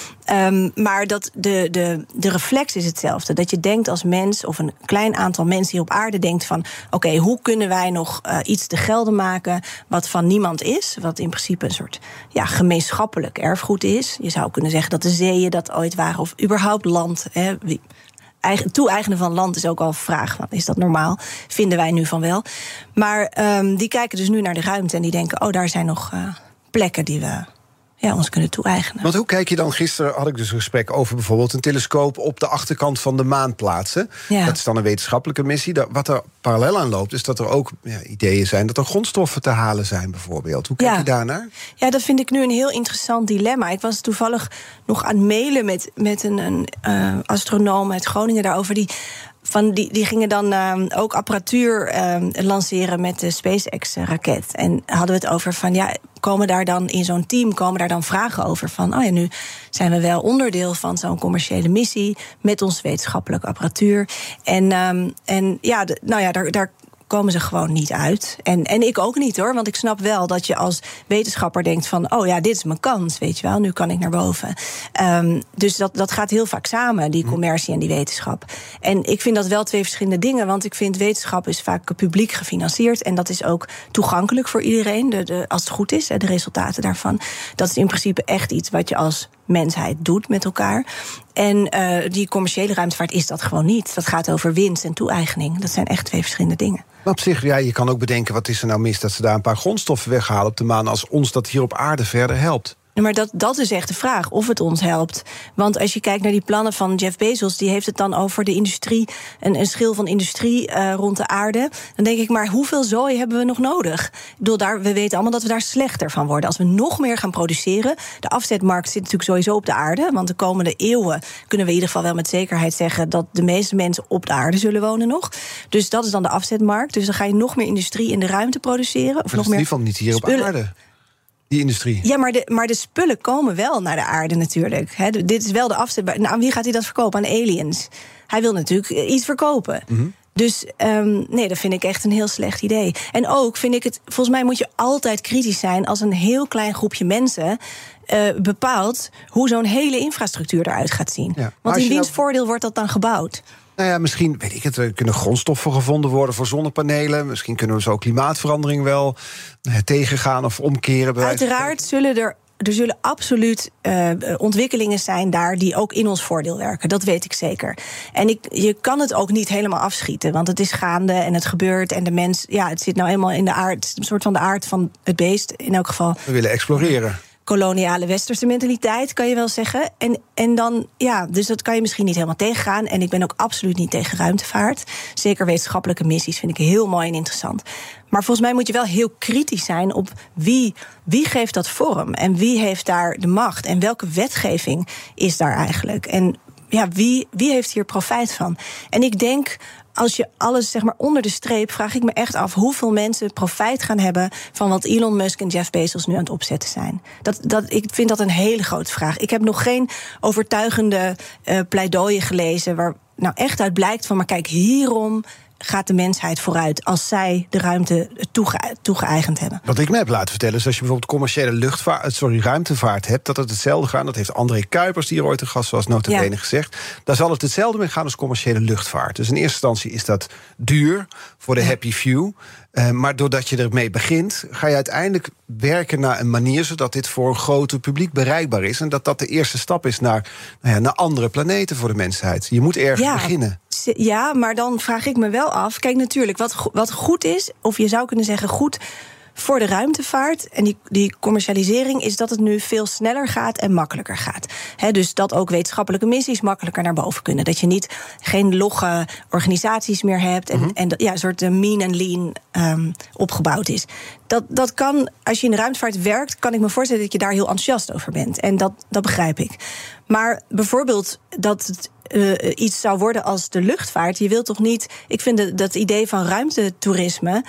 Um, maar dat de, de, de reflex is hetzelfde. Dat je denkt als mens, of een klein aantal mensen hier op aarde denkt van, oké, okay, hoe kunnen wij nog uh, iets te gelden maken wat van niemand is, wat in principe een soort ja, gemeenschappelijk erfgoed is. Je zou kunnen zeggen dat de zeeën dat ooit waren, of überhaupt land. Hè, wie, eigen, toe-eigenen van land is ook al een vraag. Is dat normaal? Vinden wij nu van wel. Maar um, die kijken dus nu naar de ruimte en die denken, oh, daar zijn nog uh, plekken die we ja, ons kunnen toe-eigenen. Want hoe kijk je dan? Gisteren had ik dus een gesprek over bijvoorbeeld een telescoop op de achterkant van de maan plaatsen. Ja. Dat is dan een wetenschappelijke missie. Wat er parallel aan loopt, is dat er ook ja, ideeën zijn dat er grondstoffen te halen zijn, bijvoorbeeld. Hoe kijk ja. je daarnaar? Ja, dat vind ik nu een heel interessant dilemma. Ik was toevallig nog aan het mailen met, met een, een uh, astronoom uit Groningen daarover. Die Van die, die gingen dan uh, ook apparatuur uh, lanceren met de SpaceX-raket. En hadden we het over van, ja, komen daar dan in zo'n team, komen daar dan vragen over van, oh ja, nu zijn we wel onderdeel van zo'n commerciële missie met onze wetenschappelijke apparatuur. En, um, en ja, de, nou ja, daar, daar komen ze gewoon niet uit. En, en ik ook niet, hoor. Want ik snap wel dat je als wetenschapper denkt van, oh ja, dit is mijn kans, weet je wel. Nu kan ik naar boven. Um, dus dat, dat gaat heel vaak samen, die commercie en die wetenschap. En ik vind dat wel twee verschillende dingen. Want ik vind wetenschap is vaak publiek gefinancierd. En dat is ook toegankelijk voor iedereen. De, de, als het goed is, de resultaten daarvan. Dat is in principe echt iets wat je als mensheid doet met elkaar. En uh, die commerciële ruimtevaart is dat gewoon niet. Dat gaat over winst en toe-eigening. Dat zijn echt twee verschillende dingen. Maar op zich, ja, je kan ook bedenken, wat is er nou mis dat ze daar een paar grondstoffen weghalen op de maan, als ons dat hier op aarde verder helpt? Maar dat, dat is echt de vraag, of het ons helpt. Want als je kijkt naar die plannen van Jeff Bezos, die heeft het dan over de industrie, een, een schil van industrie uh, rond de aarde. Dan denk ik, maar hoeveel zooi hebben we nog nodig? Ik bedoel, daar, we weten allemaal dat we daar slechter van worden. Als we nog meer gaan produceren. De afzetmarkt zit natuurlijk sowieso op de aarde. Want de komende eeuwen kunnen we in ieder geval wel met zekerheid zeggen dat de meeste mensen op de aarde zullen wonen nog. Dus dat is dan de afzetmarkt. Dus dan ga je nog meer industrie in de ruimte produceren. Of maar nog meer in ieder geval niet hier spullen op aarde. Die industrie. Ja, maar de, maar de spullen komen wel naar de aarde natuurlijk. He, dit is wel de afzet. Nou, wie gaat hij dat verkopen? Aan aliens. Hij wil natuurlijk iets verkopen. Mm-hmm. Dus um, nee, dat vind ik echt een heel slecht idee. En ook vind ik het, volgens mij moet je altijd kritisch zijn als een heel klein groepje mensen uh, bepaalt hoe zo'n hele infrastructuur eruit gaat zien. Ja, want in wiens nou voordeel wordt dat dan gebouwd? Nou ja, misschien, weet ik het, er kunnen grondstoffen gevonden worden voor zonnepanelen. Misschien kunnen we zo klimaatverandering wel tegengaan of omkeren. Uiteraard zullen er, er zullen absoluut uh, ontwikkelingen zijn daar die ook in ons voordeel werken. Dat weet ik zeker. En ik, je kan het ook niet helemaal afschieten, want het is gaande en het gebeurt. En de mens, ja, het zit nou eenmaal in de aard, het is een soort van de aard van het beest in elk geval. We willen exploreren. Koloniale westerse mentaliteit, kan je wel zeggen. En, en dan, ja, dus dat kan je misschien niet helemaal tegengaan. En ik ben ook absoluut niet tegen ruimtevaart. Zeker wetenschappelijke missies vind ik heel mooi en interessant. Maar volgens mij moet je wel heel kritisch zijn op wie, wie geeft dat vorm? En wie heeft daar de macht? En welke wetgeving is daar eigenlijk? En ja, wie, wie heeft hier profijt van? En ik denk, als je alles zeg maar onder de streep, vraag ik me echt af hoeveel mensen profijt gaan hebben van wat Elon Musk en Jeff Bezos nu aan het opzetten zijn. Dat, dat, ik vind dat een hele grote vraag. Ik heb nog geen overtuigende uh, pleidooien gelezen waar nou echt uit blijkt van, maar kijk, hierom gaat de mensheid vooruit als zij de ruimte toege- toegeëigend hebben. Wat ik me heb laten vertellen is als je bijvoorbeeld commerciële luchtvaart, sorry, ruimtevaart hebt, dat het hetzelfde gaat. Dat heeft André Kuipers, die er ooit een gast was, nota bene ja. gezegd. Daar zal het hetzelfde mee gaan als commerciële luchtvaart. Dus in eerste instantie is dat duur voor de happy few. Uh, maar doordat je ermee begint, ga je uiteindelijk werken naar een manier zodat dit voor een groter publiek bereikbaar is. En dat dat de eerste stap is naar, nou ja, naar andere planeten voor de mensheid. Je moet ergens ja. beginnen. Ja, maar dan vraag ik me wel af. Kijk, natuurlijk, wat, wat goed is, of je zou kunnen zeggen goed voor de ruimtevaart en die, die commercialisering, is dat het nu veel sneller gaat en makkelijker gaat. He, dus dat ook wetenschappelijke missies makkelijker naar boven kunnen. Dat je niet geen logge organisaties meer hebt en, mm-hmm. en ja, een soort mean en lean um, opgebouwd is. Dat, dat kan, als je in de ruimtevaart werkt, kan ik me voorstellen dat je daar heel enthousiast over bent. En dat, dat begrijp ik. Maar bijvoorbeeld dat het Uh, iets zou worden als de luchtvaart. Je wilt toch niet. Ik vind dat het idee van ruimtetoerisme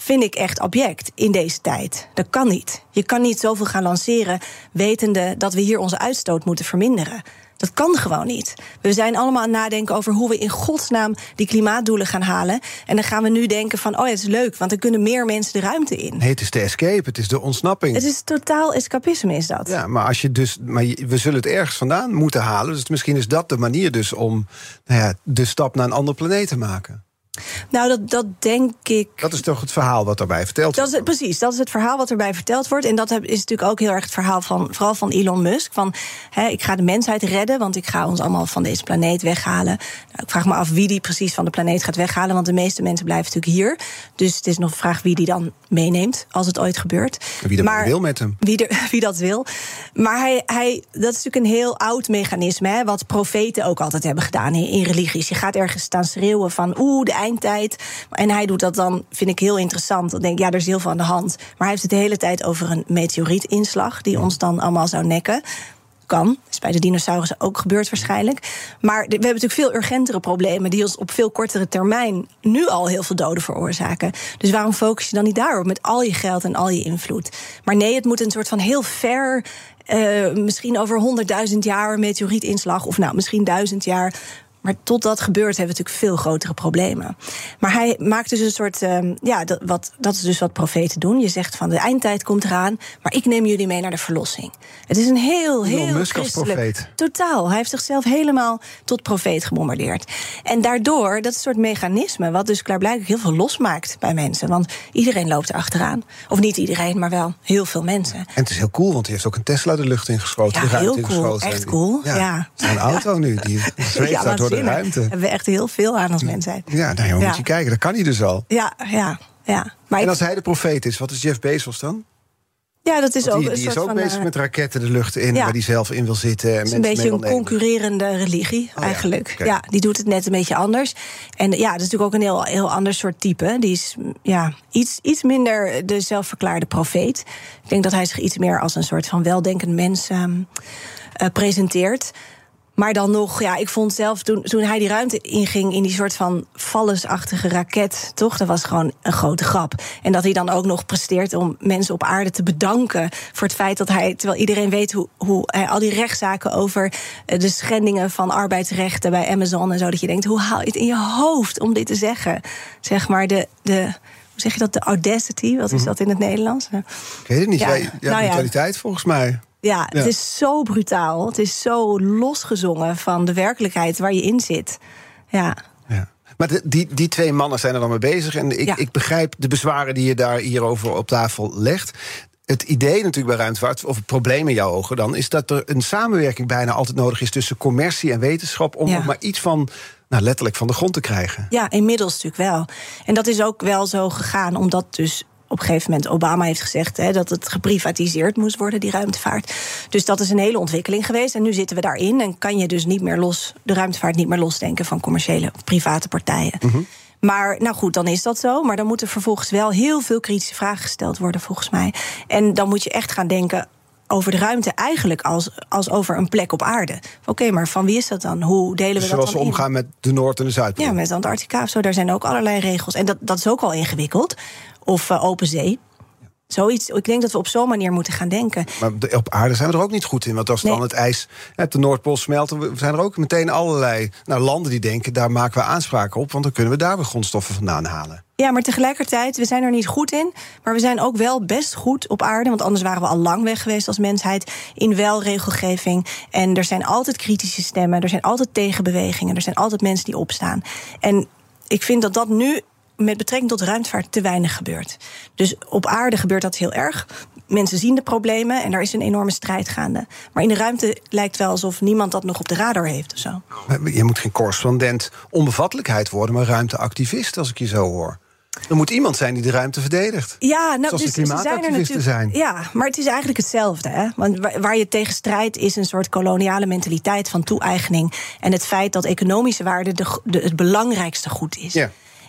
vind ik echt abject in deze tijd. Dat kan niet. Je kan niet zoveel gaan lanceren wetende dat we hier onze uitstoot moeten verminderen. Dat kan gewoon niet. We zijn allemaal aan het nadenken over hoe we in godsnaam die klimaatdoelen gaan halen. En dan gaan we nu denken van, oh ja, het is leuk, want dan kunnen meer mensen de ruimte in. Nee, het is de escape, het is de ontsnapping. Het is totaal escapisme, is dat. Ja, maar als je dus, maar we zullen het ergens vandaan moeten halen. Dus misschien is dat de manier dus om nou ja, de stap naar een andere planeet te maken. Nou, dat, dat denk ik... Dat is toch het verhaal wat daarbij verteld dat wordt? is, Precies, dat is het verhaal wat erbij verteld wordt. En dat is natuurlijk ook heel erg het verhaal van, vooral van Elon Musk. Van, hè, ik ga de mensheid redden, want ik ga ons allemaal van deze planeet weghalen. Nou, ik vraag me af wie die precies van de planeet gaat weghalen, want de meeste mensen blijven natuurlijk hier. Dus het is nog een vraag wie die dan meeneemt, als het ooit gebeurt. En wie dat maar, wil met hem. Wie, er, wie dat wil. Maar hij, hij, dat is natuurlijk een heel oud mechanisme, hè, wat profeten ook altijd hebben gedaan in, in religies. Je gaat ergens staan schreeuwen van, oeh, de eindtijd. En hij doet dat dan, vind ik heel interessant. Dan denk ik, ja, er is heel veel aan de hand. Maar hij heeft het de hele tijd over een meteorietinslag die ons dan allemaal zou nekken. Kan. Dat is bij de dinosaurussen ook gebeurd waarschijnlijk. Maar we hebben natuurlijk veel urgentere problemen die ons op veel kortere termijn nu al heel veel doden veroorzaken. Dus waarom focus je dan niet daarop met al je geld en al je invloed? Maar nee, het moet een soort van heel ver, uh, misschien over honderdduizend jaar meteorietinslag, of nou, misschien duizend jaar. Maar tot dat gebeurt hebben we natuurlijk veel grotere problemen. Maar hij maakt dus een soort, um, ja, dat, wat, dat is dus wat profeten doen. Je zegt van de eindtijd komt eraan, maar ik neem jullie mee naar de verlossing. Het is een heel, heel Elon Musk als christelijk... profeet. Totaal. Hij heeft zichzelf helemaal tot profeet gebombardeerd. En daardoor, dat is een soort mechanisme wat dus klaarblijkelijk heel veel losmaakt bij mensen. Want iedereen loopt er achteraan. Of niet iedereen, maar wel heel veel mensen. En het is heel cool, want hij heeft ook een Tesla de lucht ingeschoten. Ja, de ruimte heel cool. ingeschoten. Echt cool. Ja. Ja. Een auto nu, die zweeft Ja, daar door de ruimte. Daar hebben we echt heel veel aan als mensheid. Ja, nou ja, moet Ja. je kijken, dat kan hij dus al. Ja, ja, ja. Maar En ik- als hij de profeet is, wat is Jeff Bezos dan? ja, dat is Want ook die een die soort is ook van, bezig uh, met raketten de lucht in, ja. waar hij zelf in wil zitten. En Het is mensen een beetje mee wil een nemen. concurrerende religie, ja, eigenlijk. oké. Ja, die doet het net een beetje anders. En ja, dat is natuurlijk ook een heel, heel ander soort type. Die is ja, iets, iets minder de zelfverklaarde profeet. Ik denk dat hij zich iets meer als een soort van weldenkend mens um, uh, presenteert. Maar dan nog, ja, ik vond zelf toen, toen hij die ruimte inging in die soort van vallesachtige raket, toch? Dat was gewoon een grote grap. En dat hij dan ook nog presteert om mensen op aarde te bedanken voor het feit dat hij, terwijl iedereen weet hoe, hoe hij al die rechtszaken over de schendingen van arbeidsrechten bij Amazon en zo, dat je denkt, hoe haal je het in je hoofd om dit te zeggen? Zeg maar de, de hoe zeg je dat, de audacity, wat is dat in het Nederlands? Ik weet het niet, Ja, jij, jij nou ja. brutaliteit volgens mij. Ja, het Ja. is zo brutaal. Het is zo losgezongen van de werkelijkheid waar je in zit. Ja. Ja. Maar de, die, die twee mannen zijn er dan mee bezig. En ik, Ja. ik begrijp de bezwaren die je daar hierover op tafel legt. Het idee natuurlijk bij ruimtevaart, of het probleem in jouw ogen dan, is dat er een samenwerking bijna altijd nodig is tussen commercie en wetenschap om Ja. nog maar iets van, nou letterlijk van de grond te krijgen. Ja, inmiddels natuurlijk wel. En dat is ook wel zo gegaan, omdat dus op een gegeven moment Obama heeft gezegd hè, dat het geprivatiseerd moest worden, die ruimtevaart. Dus dat is een hele ontwikkeling geweest. En nu zitten we daarin en kan je dus niet meer los, de ruimtevaart niet meer losdenken van commerciële private partijen. Mm-hmm. Maar nou goed, dan is dat zo. Maar dan moeten vervolgens wel heel veel kritische vragen gesteld worden, volgens mij. En dan moet je echt gaan denken over de ruimte eigenlijk als, als over een plek op aarde. Oké, okay, maar van wie is dat dan? Hoe delen we Dus dat zoals dan we in? omgaan met de Noord- en de Zuidpool. Ja, met Antarctica of zo, daar zijn ook allerlei regels. En dat, dat is ook al ingewikkeld. Of uh, open zee. Zoiets. Ik denk dat we op zo'n manier moeten gaan denken. Maar de, op aarde zijn we er ook niet goed in. Want als Nee. dan het ijs op de Noordpool smelt, dan zijn er ook meteen allerlei nou, landen die denken, daar maken we aanspraken op, want dan kunnen we daar weer grondstoffen vandaan halen. Ja, maar tegelijkertijd, we zijn er niet goed in. Maar we zijn ook wel best goed op aarde. Want anders waren we al lang weg geweest als mensheid. In wel regelgeving. En er zijn altijd kritische stemmen. Er zijn altijd tegenbewegingen. Er zijn altijd mensen die opstaan. En ik vind dat dat nu met betrekking tot ruimtevaart te weinig gebeurt. Dus op aarde gebeurt dat heel erg. Mensen zien de problemen en daar is een enorme strijd gaande. Maar in de ruimte lijkt wel alsof niemand dat nog op de radar heeft of zo. Je moet geen correspondent onbevattelijkheid worden, maar ruimteactivist, als ik je zo hoor. Er moet iemand zijn die de ruimte verdedigt. Ja, nou, Zoals dus de ze zijn er klimaatactivisten natuurlijk. zijn. Ja, maar het is eigenlijk hetzelfde. Hè? Want waar, waar je tegen strijdt is een soort koloniale mentaliteit van toe-eigening. En het feit dat economische waarde de, de, het belangrijkste goed is. Ja.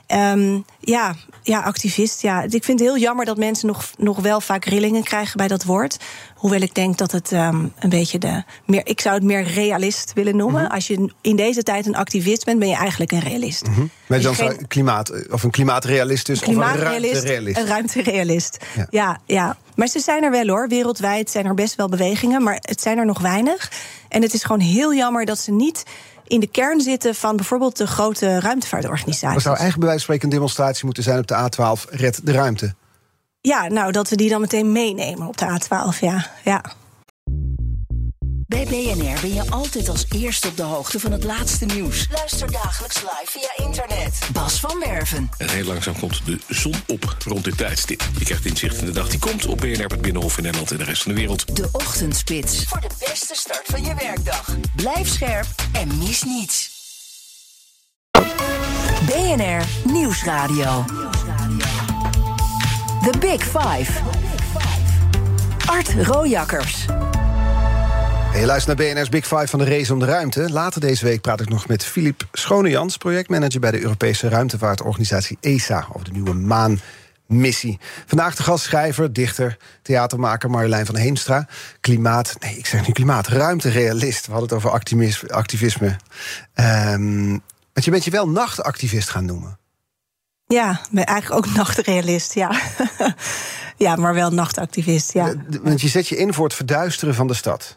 Um, ja, ja, activist. Ja. Ik vind het heel jammer dat mensen nog, nog wel vaak rillingen krijgen bij dat woord. Hoewel ik denk dat het um, een beetje de... meer, ik zou het meer realist willen noemen. Mm-hmm. Als je in deze tijd een activist bent, ben je eigenlijk een realist. Mm-hmm. Maar dan geen... geen... klimaat, of een klimaatrealist dus, klimaatrealist, of een ruimterealist. Een ruimterealist, ja. ja, ja. Maar ze zijn er wel hoor. Wereldwijd zijn er best wel bewegingen, maar het zijn er nog weinig. En het is gewoon heel jammer dat ze niet in de kern zitten van bijvoorbeeld de grote ruimtevaartorganisaties. Er zou eigenlijk bij wijze van spreken een demonstratie moeten zijn op de A twaalf, red de ruimte. Ja, nou, dat we die dan meteen meenemen op de A twaalf, ja. ja. Bij B N R ben je altijd als eerste op de hoogte van het laatste nieuws. Luister dagelijks live via internet. Bas van Werven. En heel langzaam komt de zon op rond dit tijdstip. Je krijgt inzicht in de dag die komt op B N R, het Binnenhof in Nederland en de rest van de wereld. De Ochtendspits. Voor de beste start van je werkdag. Blijf scherp en mis niets. B N R Nieuwsradio. The Big Five. Art Rojakkers. Je luistert naar B N R's Big Five van de race om de ruimte. Later deze week praat ik nog met Philippe Schonejans, projectmanager bij de Europese ruimtevaartorganisatie E S A, over de nieuwe maanmissie. Vandaag de gast schrijver, dichter, theatermaker Marjolein van Heemstra. Klimaat, nee, ik zeg nu klimaat, ruimterealist. We hadden het over activisme. activisme. Um, want je bent je wel nachtactivist gaan noemen. Ja, ik ben eigenlijk ook nachtrealist, ja. Ja, maar wel nachtactivist, ja. Want je zet je in voor het verduisteren van de stad.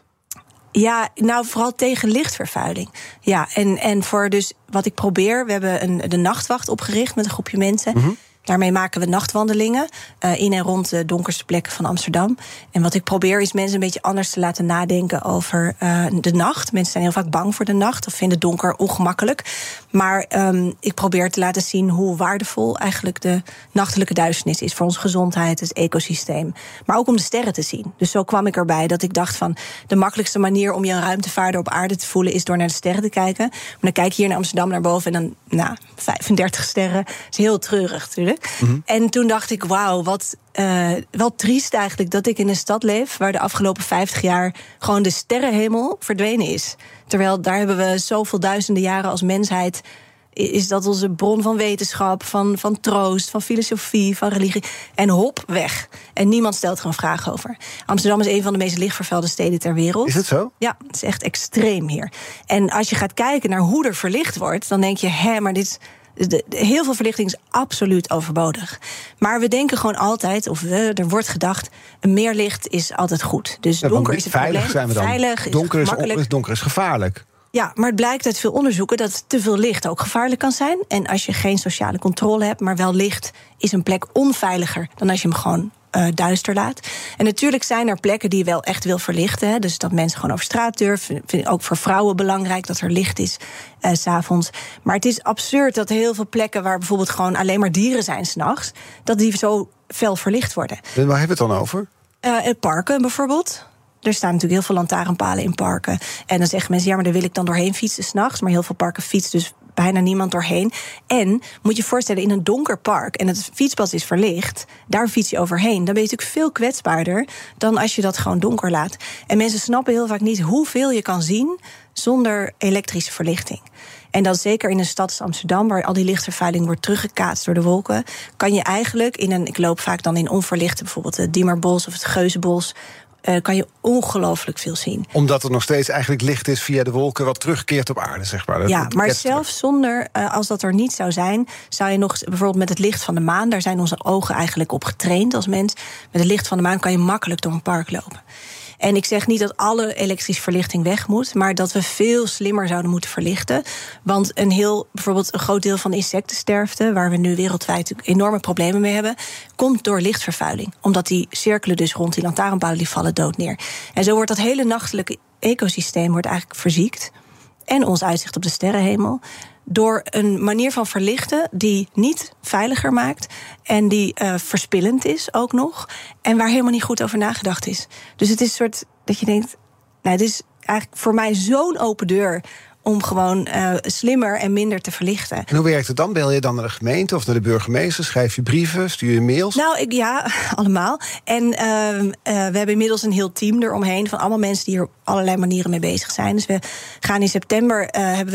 Ja, nou vooral tegen lichtvervuiling. Ja, en, en voor dus wat ik probeer, we hebben een, de nachtwacht opgericht met een groepje mensen. Mm-hmm. Daarmee maken we nachtwandelingen uh, in en rond de donkerste plekken van Amsterdam. En wat ik probeer is mensen een beetje anders te laten nadenken over uh, de nacht. Mensen zijn heel vaak bang voor de nacht of vinden donker ongemakkelijk. Maar um, ik probeer te laten zien hoe waardevol eigenlijk de nachtelijke duisternis is voor onze gezondheid, het ecosysteem. Maar ook om de sterren te zien. Dus zo kwam ik erbij dat ik dacht van de makkelijkste manier om je een ruimtevaarder op aarde te voelen is door naar de sterren te kijken. Maar dan kijk je hier naar Amsterdam naar boven en dan nou, vijfendertig sterren. Dat is heel treurig natuurlijk. Mm-hmm. En toen dacht ik, wauw, wat uh, wel triest eigenlijk dat ik in een stad leef waar de afgelopen vijftig jaar gewoon de sterrenhemel verdwenen is. Terwijl daar hebben we zoveel duizenden jaren als mensheid, is dat onze bron van wetenschap, van, van troost, van filosofie, van religie. En hop, weg. En niemand stelt er een vraag over. Amsterdam is een van de meest lichtvervuilde steden ter wereld. Is het zo? Ja, het is echt extreem hier. En als je gaat kijken naar hoe er verlicht wordt, dan denk je, hé, maar dit is... De, de, heel veel verlichting is absoluut overbodig. Maar we denken gewoon altijd, of we, er wordt gedacht, meer licht is altijd goed. Dus ja, donker is het veilig probleem. Zijn we dan. Veilig donker is is, on, donker is gevaarlijk. Ja, maar het blijkt uit veel onderzoeken dat te veel licht ook gevaarlijk kan zijn. En als je geen sociale controle hebt, maar wel licht, is een plek onveiliger dan als je hem gewoon Uh, duister laat. En natuurlijk zijn er plekken die je wel echt wil verlichten. Hè, dus dat mensen gewoon over straat durven. Vind ik ook voor vrouwen belangrijk dat er licht is uh, 's avonds. Maar het is absurd dat heel veel plekken waar bijvoorbeeld gewoon alleen maar dieren zijn 's nachts, dat die zo fel verlicht worden. En waar hebben we het dan over? Uh, parken bijvoorbeeld. Er staan natuurlijk heel veel lantaarnpalen in parken. En dan zeggen mensen, ja, maar daar wil ik dan doorheen fietsen 's nachts. Maar heel veel parken fietst dus bijna niemand doorheen. En moet je je voorstellen, in een donker park en het fietspad is verlicht, daar fiets je overheen. Dan ben je natuurlijk veel kwetsbaarder dan als je dat gewoon donker laat. En mensen snappen heel vaak niet hoeveel je kan zien zonder elektrische verlichting. En dat zeker in een stad als Amsterdam, waar al die lichtvervuiling wordt teruggekaatst door de wolken, kan je eigenlijk in een, ik loop vaak dan in onverlichte, bijvoorbeeld het Diemerbos of het Geuzenbos, Uh, kan je ongelooflijk veel zien. Omdat er nog steeds eigenlijk licht is via de wolken wat terugkeert op aarde, zeg maar. Ja, maar zelfs zonder, uh, als dat er niet zou zijn, zou je nog bijvoorbeeld met het licht van de maan, daar zijn onze ogen eigenlijk op getraind als mens. Met het licht van de maan kan je makkelijk door een park lopen. En ik zeg niet dat alle elektrische verlichting weg moet, maar dat we veel slimmer zouden moeten verlichten. Want een heel, bijvoorbeeld een groot deel van de insectensterfte, waar we nu wereldwijd enorme problemen mee hebben, komt door lichtvervuiling. Omdat die cirkelen dus rond die lantaarnpalen, die vallen dood neer. En zo wordt dat hele nachtelijke ecosysteem wordt eigenlijk verziekt. En ons uitzicht op de sterrenhemel. Door een manier van verlichten die niet veiliger maakt en die uh, verspillend is ook nog. En waar helemaal niet goed over nagedacht is. Dus het is een soort dat je denkt, nou, het is eigenlijk voor mij zo'n open deur om gewoon uh, slimmer en minder te verlichten. En hoe werkt het dan? Bel je dan naar de gemeente of naar de burgemeester? Schrijf je brieven? Stuur je mails? Nou, ik, ja, allemaal. En uh, uh, we hebben inmiddels een heel team eromheen van allemaal mensen die er op allerlei manieren mee bezig zijn. Dus we gaan in september, uh, hebben we het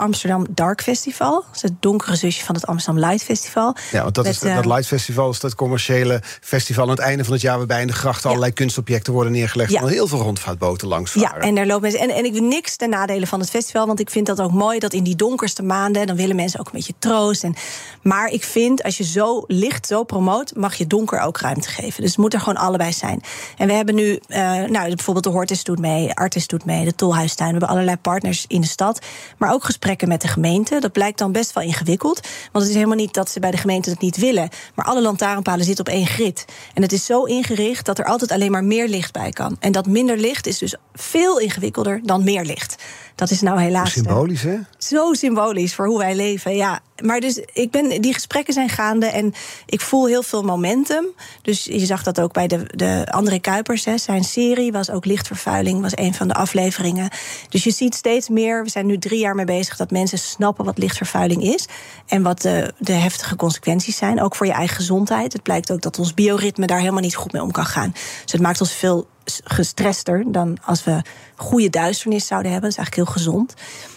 Amsterdam Dark Festival. Dat is het donkere zusje van het Amsterdam Light Festival. Ja, want dat, Met, is, dat Light Festival is dat commerciële festival aan het einde van het jaar, waarbij in de grachten ja. allerlei kunstobjecten worden neergelegd. Ja. En heel veel rondvaartboten langs varen. Ja, en daar lopen mensen. En, en ik wil niks ten nadele van het festival, want ik vind dat ook mooi dat in die donkerste maanden, dan willen mensen ook een beetje troost. En, maar ik vind, als je zo licht zo promoot, mag je donker ook ruimte geven. Dus het moet er gewoon allebei zijn. En we hebben nu, uh, nou, bijvoorbeeld de Hortus doet mee, Artis doet mee, de Tolhuistuin. We hebben allerlei partners in de stad, maar ook gesprekken met de gemeente. Dat blijkt dan best wel ingewikkeld, want het is helemaal niet dat ze bij de gemeente het niet willen. Maar alle lantaarnpalen zitten op één grid. En het is zo ingericht dat er altijd alleen maar meer licht bij kan. En dat minder licht is dus veel ingewikkelder dan meer licht. Dat is nou helaas symbolisch, hè? Zo symbolisch voor hoe wij leven, ja. Maar dus ik ben, die gesprekken zijn gaande en ik voel heel veel momentum. Dus je zag dat ook bij de, de André Kuipers. Hè. Zijn serie was ook lichtvervuiling, was een van de afleveringen. Dus je ziet steeds meer, we zijn nu drie jaar mee bezig, dat mensen snappen wat lichtvervuiling is en wat de, de heftige consequenties zijn, ook voor je eigen gezondheid. Het blijkt ook dat ons bioritme daar helemaal niet goed mee om kan gaan. Dus het maakt ons veel gestrester dan als we goede duisternis zouden hebben. Dat is eigenlijk heel gezond.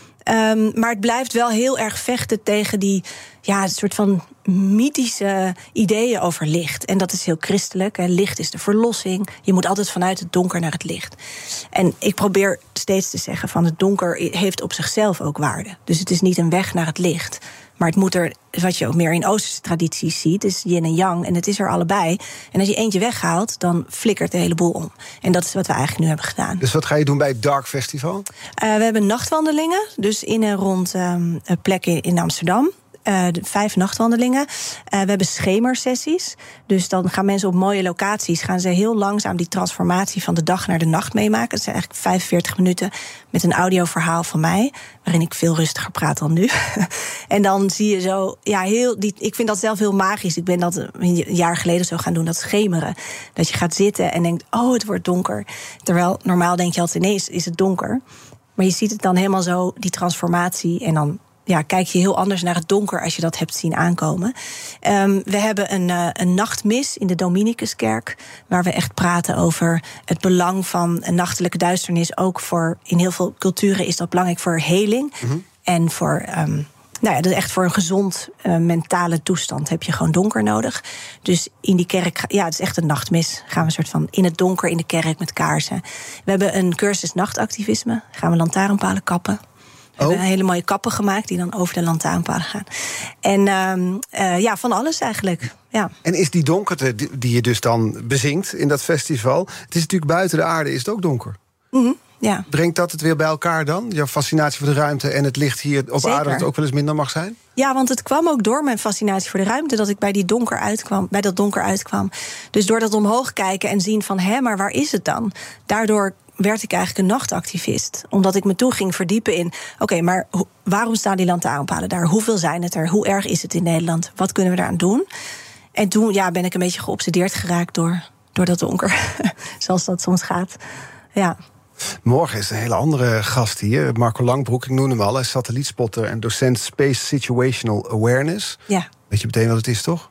Um, maar het blijft wel heel erg vechten tegen die ja, soort van mythische ideeën over licht. En dat is heel christelijk. Hè. Licht is de verlossing. Je moet altijd vanuit het donker naar het licht. En ik probeer steeds te zeggen van het donker heeft op zichzelf ook waarde. Dus het is niet een weg naar het licht. Maar het moet er, wat je ook meer in Oosterse tradities ziet, is yin en yang. En het is er allebei. En als je eentje weghaalt, dan flikkert de hele boel om. En dat is wat we eigenlijk nu hebben gedaan. Dus wat ga je doen bij het Dark Festival? Uh, we hebben nachtwandelingen. Dus in en rond um, plekken in Amsterdam. Uh, de vijf nachtwandelingen. Uh, we hebben schemersessies. Dus dan gaan mensen op mooie locaties, gaan ze heel langzaam die transformatie van de dag naar de nacht meemaken. Dat zijn eigenlijk vijfenveertig minuten met een audioverhaal van mij, waarin ik veel rustiger praat dan nu. En dan zie je zo, ja, heel die, ik vind dat zelf heel magisch. Ik ben dat een jaar geleden zo gaan doen, dat schemeren. Dat je gaat zitten en denkt, oh, het wordt donker. Terwijl normaal denk je altijd, ineens is het donker. Maar je ziet het dan helemaal zo, die transformatie, en dan ja, kijk je heel anders naar het donker als je dat hebt zien aankomen. Um, we hebben een, uh, een nachtmis in de Dominicuskerk, waar we echt praten over het belang van een nachtelijke duisternis. Ook voor, in heel veel culturen is dat belangrijk voor heling. Mm-hmm. En voor, um, nou ja, dat is echt voor een gezond uh, mentale toestand heb je gewoon donker nodig. Dus in die kerk, ja, het is echt een nachtmis. Gaan we een soort van in het donker in de kerk met kaarsen. We hebben een cursus nachtactivisme. Gaan we lantaarnpalen kappen. We oh. hebben hele mooie kappen gemaakt die dan over de lantaarnpalen gaan. En um, uh, ja, van alles eigenlijk. Ja. En is die donkerte die je dus dan bezingt in dat festival, het is natuurlijk buiten de aarde, is het ook donker? Mm-hmm, ja. Brengt dat het weer bij elkaar dan? Jouw fascinatie voor de ruimte en het licht hier op Zeker. aarde, dat het ook wel eens minder mag zijn? Ja, want het kwam ook door mijn fascinatie voor de ruimte dat ik bij die donker uitkwam, bij dat donker uitkwam. Dus door dat omhoog kijken en zien van, hé, maar waar is het dan? Daardoor werd ik eigenlijk een nachtactivist. Omdat ik me toe ging verdiepen in, oké, okay, maar ho- waarom staan die lantaarnpalen daar? Hoeveel zijn het er? Hoe erg is het in Nederland? Wat kunnen we daaraan doen? En toen ja, ben ik een beetje geobsedeerd geraakt door, door dat donker. Zoals dat soms gaat. Ja. Morgen is een hele andere gast hier. Marco Langbroek, ik noem hem al. Hij is satellietspotter en docent Space Situational Awareness. Ja. Weet je meteen wat het is, toch?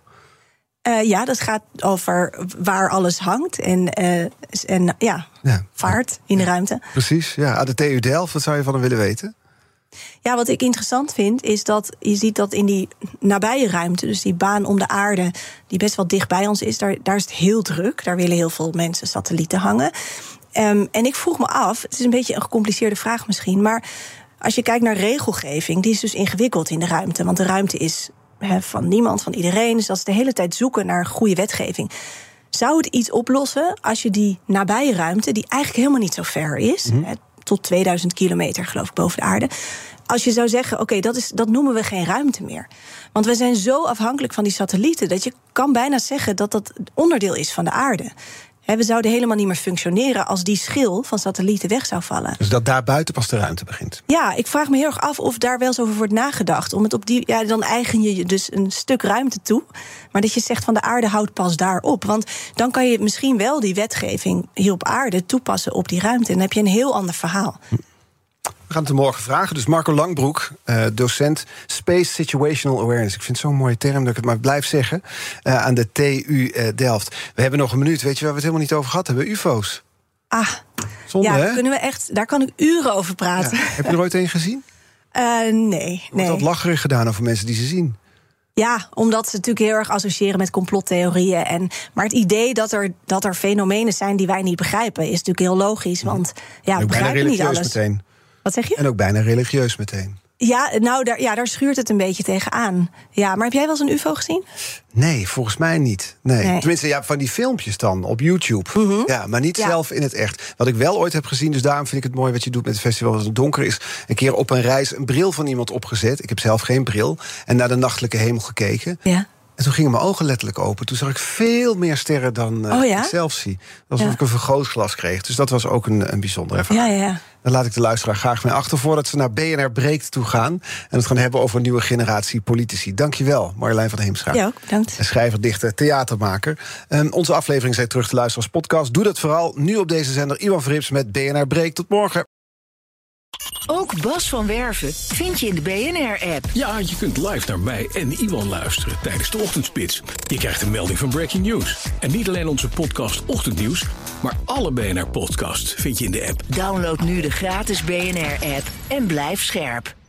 Uh, ja, dat gaat over waar alles hangt en, uh, en ja, ja, vaart in de ruimte. Precies, ja. Aan de T U Delft, wat zou je van hem willen weten? Ja, wat ik interessant vind, is dat je ziet dat in die nabije ruimte, dus die baan om de aarde, die best wel dicht bij ons is, daar, daar is het heel druk. Daar willen heel veel mensen satellieten hangen. Um, en ik vroeg me af, het is een beetje een gecompliceerde vraag misschien, maar als je kijkt naar regelgeving, die is dus ingewikkeld in de ruimte. Want de ruimte is he, van niemand, van iedereen. Dus dat is de hele tijd zoeken naar goede wetgeving. Zou het iets oplossen als je die nabije ruimte, die eigenlijk helemaal niet zo ver is, mm-hmm. he, tot tweeduizend kilometer geloof ik boven de aarde, als je zou zeggen, oké, okay, dat is dat noemen we geen ruimte meer. Want we zijn zo afhankelijk van die satellieten dat je kan bijna zeggen dat dat onderdeel is van de aarde. He, we zouden helemaal niet meer functioneren als die schil van satellieten weg zou vallen. Dus dat daar buiten pas de ruimte begint? Ja, ik vraag me heel erg af of daar wel eens over wordt nagedacht. Om het op die, ja, dan eigen je je dus een stuk ruimte toe. Maar dat je zegt van de aarde houdt pas daar op. Want dan kan je misschien wel die wetgeving hier op aarde toepassen op die ruimte. En dan heb je een heel ander verhaal. We gaan het er morgen vragen. Dus Marco Langbroek, uh, docent Space Situational Awareness. Ik vind het zo'n mooie term dat ik het maar blijf zeggen. Uh, aan de T U uh, Delft. We hebben nog een minuut. Weet je waar we het helemaal niet over gehad hebben? U F O's. Ah, Zonde, ja, hè? Kunnen we echt, daar kan ik uren over praten. Ja. Heb je er ooit een gezien? Uh, nee, Wordt nee. dat lacherig gedaan over mensen die ze zien? Ja, omdat ze natuurlijk heel erg associëren met complottheorieën. En, maar het idee dat er, dat er fenomenen zijn die wij niet begrijpen... is natuurlijk heel logisch, want ja, we begrijpen niet alles. Meteen. Wat zeg je? En ook bijna religieus meteen. Ja, nou, daar, ja, daar schuurt het een beetje tegenaan. Ja, maar heb jij wel eens een ufo gezien? Nee, volgens mij niet. Nee. Nee. Tenminste, ja, van die filmpjes dan op YouTube. Mm-hmm. Ja, maar niet Ja. zelf in het echt. Wat ik wel ooit heb gezien, dus daarom vind ik het mooi wat je doet met het festival als het donker is. Een keer op een reis een bril van iemand opgezet. Ik heb zelf geen bril. En naar de nachtelijke hemel gekeken. Ja. En toen gingen mijn ogen letterlijk open. Toen zag ik veel meer sterren dan uh, Oh ja? ik zelf zie. Alsof Ja. ik een vergrootglas kreeg. Dus dat was ook een, een bijzondere ervaring. Ja, ja, ja. Daar laat ik de luisteraar graag mee achter... voordat ze naar B N R Breekt toe gaan... en het gaan hebben over een nieuwe generatie politici. Dankjewel, Marjolein van Heemstra. Ja, ook, bedankt. Schrijver, dichter, theatermaker. Um, onze aflevering zijn terug te luisteren als podcast. Doe dat vooral nu op deze zender. Iwan Verrips met B N R Breekt. Tot morgen. Ook Bas van Werven vind je in de B N R-app. Ja, je kunt live naar mij en Iwan luisteren tijdens de ochtendspits. Je krijgt een melding van Breaking News. En niet alleen onze podcast Ochtendnieuws, maar alle B N R-podcasts vind je in de app. Download nu de gratis B N R-app en blijf scherp.